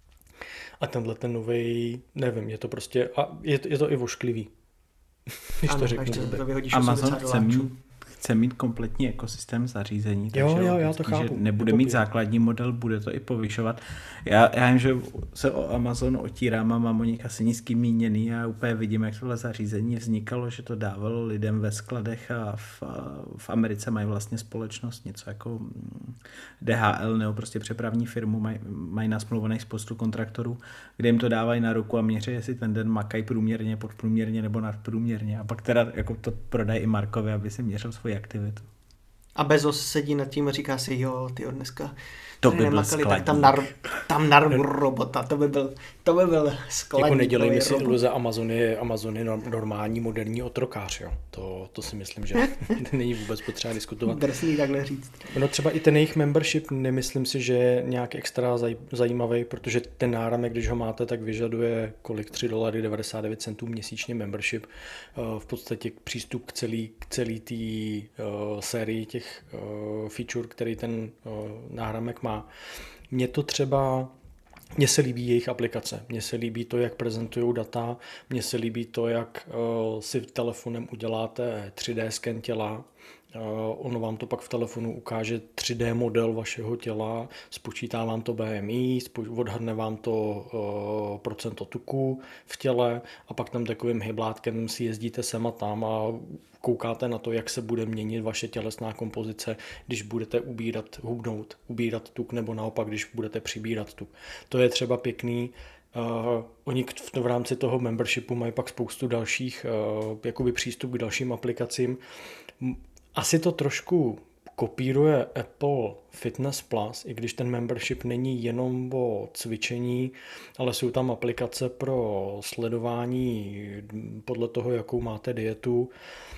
a tenhle ten novej, nevím, je to prostě, a je, je to i vošklivý. Když ano, to řeknu. To Amazon chce mít chce mít kompletní ekosystém zařízení, jo, takže jo, já to chápu. Že nebude mít základní model, bude to i povyšovat. Já, já vím, že se o Amazon otírám a mám o nich asi nízký míněný a úplně vidím, jak tohle zařízení vznikalo, že to dávalo lidem ve skladech a v, v Americe mají vlastně společnost, něco jako D H L nebo prostě přepravní firmu, mají, mají nasmluvaných spoustu kontraktorů, kde jim to dávají na ruku a měří, jestli ten den makají průměrně, podprůměrně nebo nadprůměrně a pak teda jako to prodají i Markovi, aby si měřil svůj aktivitu. A Bezos sedí nad tím a říká si, jo, tyjo, dneska to by byl skladník. Tak tam, nar, tam narvu robota, to by byl, to by byl skladník. Jako nedělej mi si iluze, Amazon je, Amazon je normální, moderní otrokář, jo. To, to si myslím, že není vůbec potřeba diskutovat. Drsný takhle říct. No třeba i ten jejich membership, nemyslím si, že je nějak extra zaj, zajímavý, protože ten náramek, když ho máte, tak vyžaduje kolik tři doláry devadesát devět centů měsíčně membership. V podstatě přístup k celý, k celý té uh, sérii těch uh, feature, který ten uh, náramek má. Mně to třeba, mně se líbí jejich aplikace, mně se líbí to, jak prezentují data, mně se líbí to, jak uh, si telefonem uděláte tři dé sken těla, uh, ono vám to pak v telefonu ukáže tři dé model vašeho těla, spočítá vám to B M I, spo- odhadne vám to uh, procento tuku v těle a pak tam takovým hyblátkem si jezdíte sem a tam a koukáte na to, jak se bude měnit vaše tělesná kompozice, když budete ubírat, hubnout, ubírat tuk, nebo naopak, když budete přibírat tuk. To je třeba pěkný. Uh, oni v, v rámci toho membershipu mají pak spoustu dalších uh, jakoby přístup k dalším aplikacím. Asi to trošku kopíruje Apple Fitness Plus, i když ten membership není jenom o cvičení, ale jsou tam aplikace pro sledování podle toho, jakou máte dietu.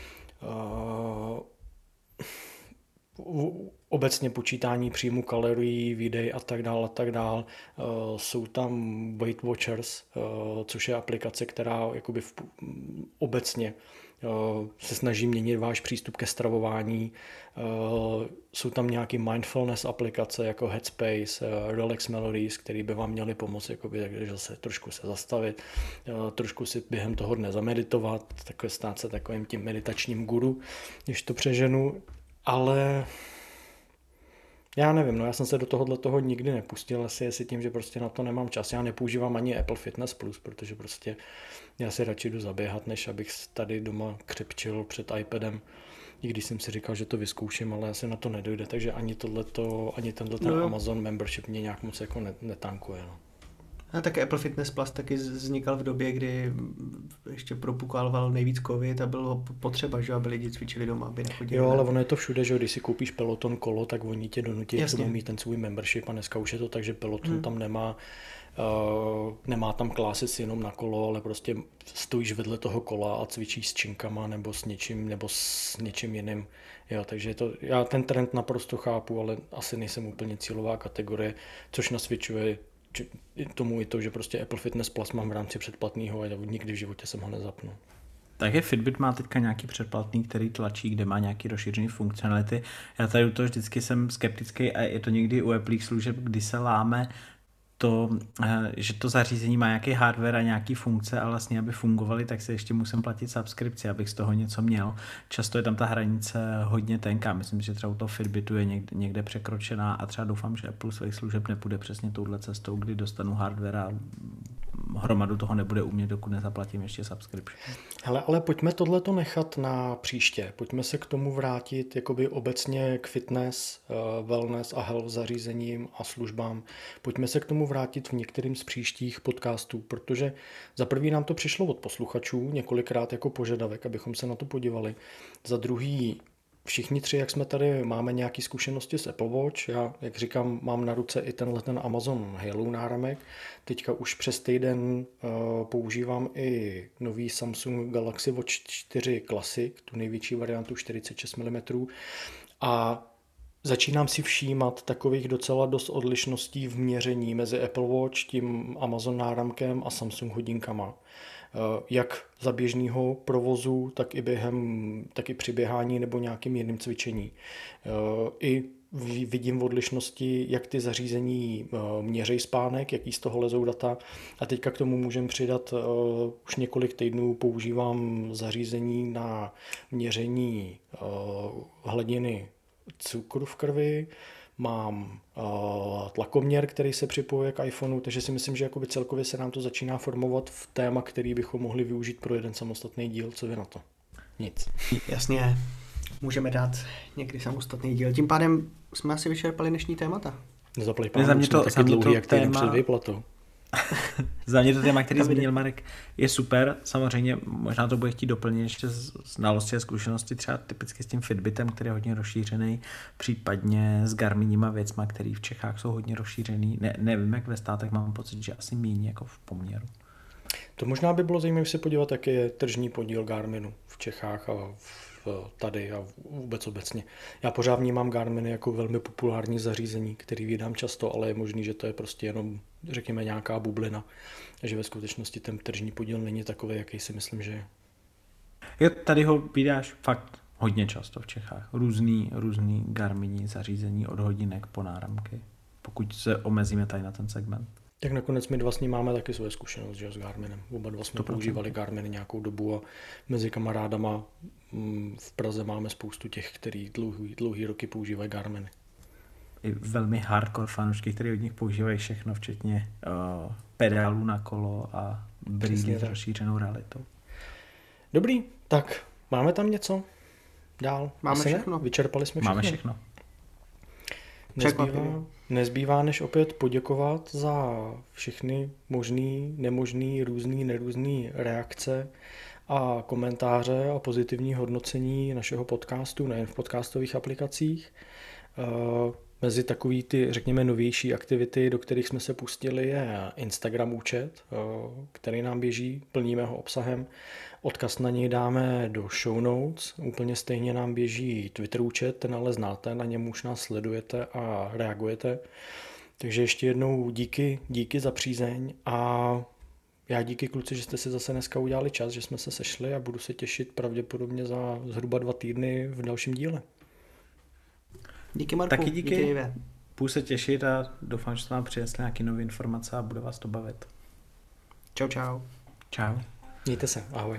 Uh, obecně počítání příjmu kalorií, výdej a tak dál a tak dál. Uh, jsou tam Weight Watchers, uh, což je aplikace, která jakoby v, obecně uh, se snaží měnit váš přístup ke stravování. Uh, jsou tam nějaké mindfulness aplikace jako Headspace, uh, Relax Melodies, které by vám měly pomoct jakoby, takže zase trošku se zastavit, uh, trošku si během toho dne zameditovat, takové stát se takovým tím meditačním guru, když to přeženu, ale já nevím, no já jsem se do tohohle toho nikdy nepustil, asi jestli tím, že prostě na to nemám čas. Já nepoužívám ani Apple Fitness Plus, protože prostě já si radši jdu zaběhat, než abych tady doma křepčil před iPadem. I když jsem si říkal, že to vyzkouším, ale asi na to nedojde, takže ani tohleto, ani tenhle ten no. Amazon membership mě nějak moc jako netankuje. No. A tak Apple Fitness Plus taky vznikal v době, kdy ještě propukával nejvíc covid a bylo potřeba, že aby lidi cvičili doma, aby nechodili. Jo, ale ono je to všude, že když si koupíš Peloton kolo, tak oni tě donutí k tomu mít ten svůj membership a dneska už je to tak, že Peloton hmm. tam nemá Uh, nemá tam classes jenom na kolo, ale prostě stojíš vedle toho kola a cvičíš s činkama nebo s něčím, nebo s něčím jiným. Jo, takže to, já ten trend naprosto chápu, ale asi nejsem úplně cílová kategorie, což nasvědčuje tomu i to, že prostě Apple Fitness Plus mám v rámci předplatného a nikdy v životě jsem ho nezapnul. Takže Fitbit má teďka nějaký předplatný, který tlačí, kde má nějaký rozšířený funkcionality. Já tady u toho vždycky jsem skeptický a je to někdy u Apple služeb, kdy se láme to, že to zařízení má nějaký hardware a nějaký funkce a vlastně, aby fungovaly, tak se ještě musím platit subskripci, abych z toho něco měl. Často je tam ta hranice hodně tenká. Myslím, že třeba u toho Fitbitu je někde, někde překročená a třeba doufám, že Apple svých služeb nepůjde přesně touhle cestou, kdy dostanu hardware a hromadu toho nebude umět, dokud nezaplatím ještě subscription. Hele, ale pojďme tohleto nechat na příště. Pojďme se k tomu vrátit jakoby obecně k fitness, wellness a health zařízením a službám. Pojďme se k tomu vrátit v některým z příštích podcastů, protože za prvý nám to přišlo od posluchačů několikrát jako požadavek, abychom se na to podívali. Za druhý, všichni tři, jak jsme tady, máme nějaké zkušenosti s Apple Watch. Já, jak říkám, mám na ruce i tenhle ten Amazon Halo náramek. Teďka už přes týden uh, používám i nový Samsung Galaxy Watch čtyři Classic, tu největší variantu čtyřicet šest milimetrů. A začínám si všímat takových docela dost odlišností v měření mezi Apple Watch, tím Amazon náramkem a Samsung hodinkama. Jak za běžného provozu, tak i během, tak i při běhání nebo nějakým jiným cvičení. I vidím odlišnosti, jak ty zařízení měří spánek, jaký z toho lezou data. A teďka k tomu můžeme přidat, už několik týdnů používám zařízení na měření hladiny cukru v krvi, mám uh, tlakoměr, který se připojuje k iPhoneu, takže si myslím, že jakoby celkově se nám to začíná formovat v téma, který bychom mohli využít pro jeden samostatný díl. Co vy na to? Nic. Jasně, můžeme dát někdy samostatný díl. Tím pádem jsme asi vyčerpali dnešní témata. Nezaplej pánu, jsme taky dlouhý, jak týden před výplatou. Za mě to téma, který zmínil Marek, je super. Samozřejmě možná to bude chtít doplnit ještě znalosti a zkušenosti, třeba typicky s tím Fitbitem, který je hodně rozšířený, případně s Garminima věcma, který v Čechách jsou hodně rozšířený. Ne, nevím, jak ve státech, mám pocit, že asi méně jako v poměru. To možná by bylo zajímavé se podívat, jaký je tržní podíl Garminu v Čechách a v, tady a vůbec obecně. Já pořád vnímám Garminy jako velmi populární zařízení, který vydám často, ale je možný, že to je prostě jenom, řekněme, nějaká bublina, že ve skutečnosti ten tržní podíl není takový, jaký si myslím, že je. Jo, tady ho vydáš fakt hodně často v Čechách. Různý, různý Garmini zařízení od hodinek po náramky, pokud se omezíme tady na ten segment. Tak nakonec my dva s ním máme taky svoje zkušenost, že s Garminem. Oba dva jsme používali Garminy nějakou dobu a mezi kamarádama v Praze máme spoustu těch, kteří dlouhý, dlouhý roky používají Garminy. I velmi hardcore fanoušky, kteří od nich používají všechno, včetně uh, pedálů na kolo a brýlí s rozšířenou realitou. Dobrý, tak máme tam něco dál? Máme Asi všechno. Ne? Vyčerpali jsme všechno. Máme všechno. Nezbývá, nezbývá než opět poděkovat za všechny možný, nemožný, různý, nerůzný reakce a komentáře a pozitivní hodnocení našeho podcastu, nejen v podcastových aplikacích. Mezi takový ty, řekněme, novější aktivity, do kterých jsme se pustili, je Instagram účet, který nám běží, plníme ho obsahem. Odkaz na něj dáme do show notes. Úplně stejně nám běží Twitter účet, ten ale znáte, na něm už nás sledujete a reagujete. Takže ještě jednou díky, díky za přízeň a já díky kluci, že jste si zase dneska udělali čas, že jsme se sešli a budu se těšit pravděpodobně za zhruba dva týdny v dalším díle. Díky Marku. Taky díky. díky Půjdu se těšit a doufám, že se vám přinesli nějaké nové informace a bude vás to bavit. Čau, čau. Čau. Mějte se, ahoj.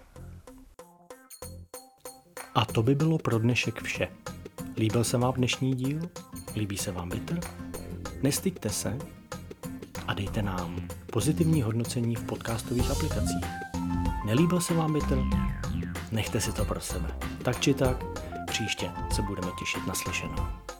A to by bylo pro dnešek vše. Líbil se vám dnešní díl? Líbí se vám Bitter? Nestyďte se a dejte nám pozitivní hodnocení v podcastových aplikacích. Nelíbil se vám Bitter? Nechte si to pro sebe. Tak či tak, příště se budeme těšit na slyšenou.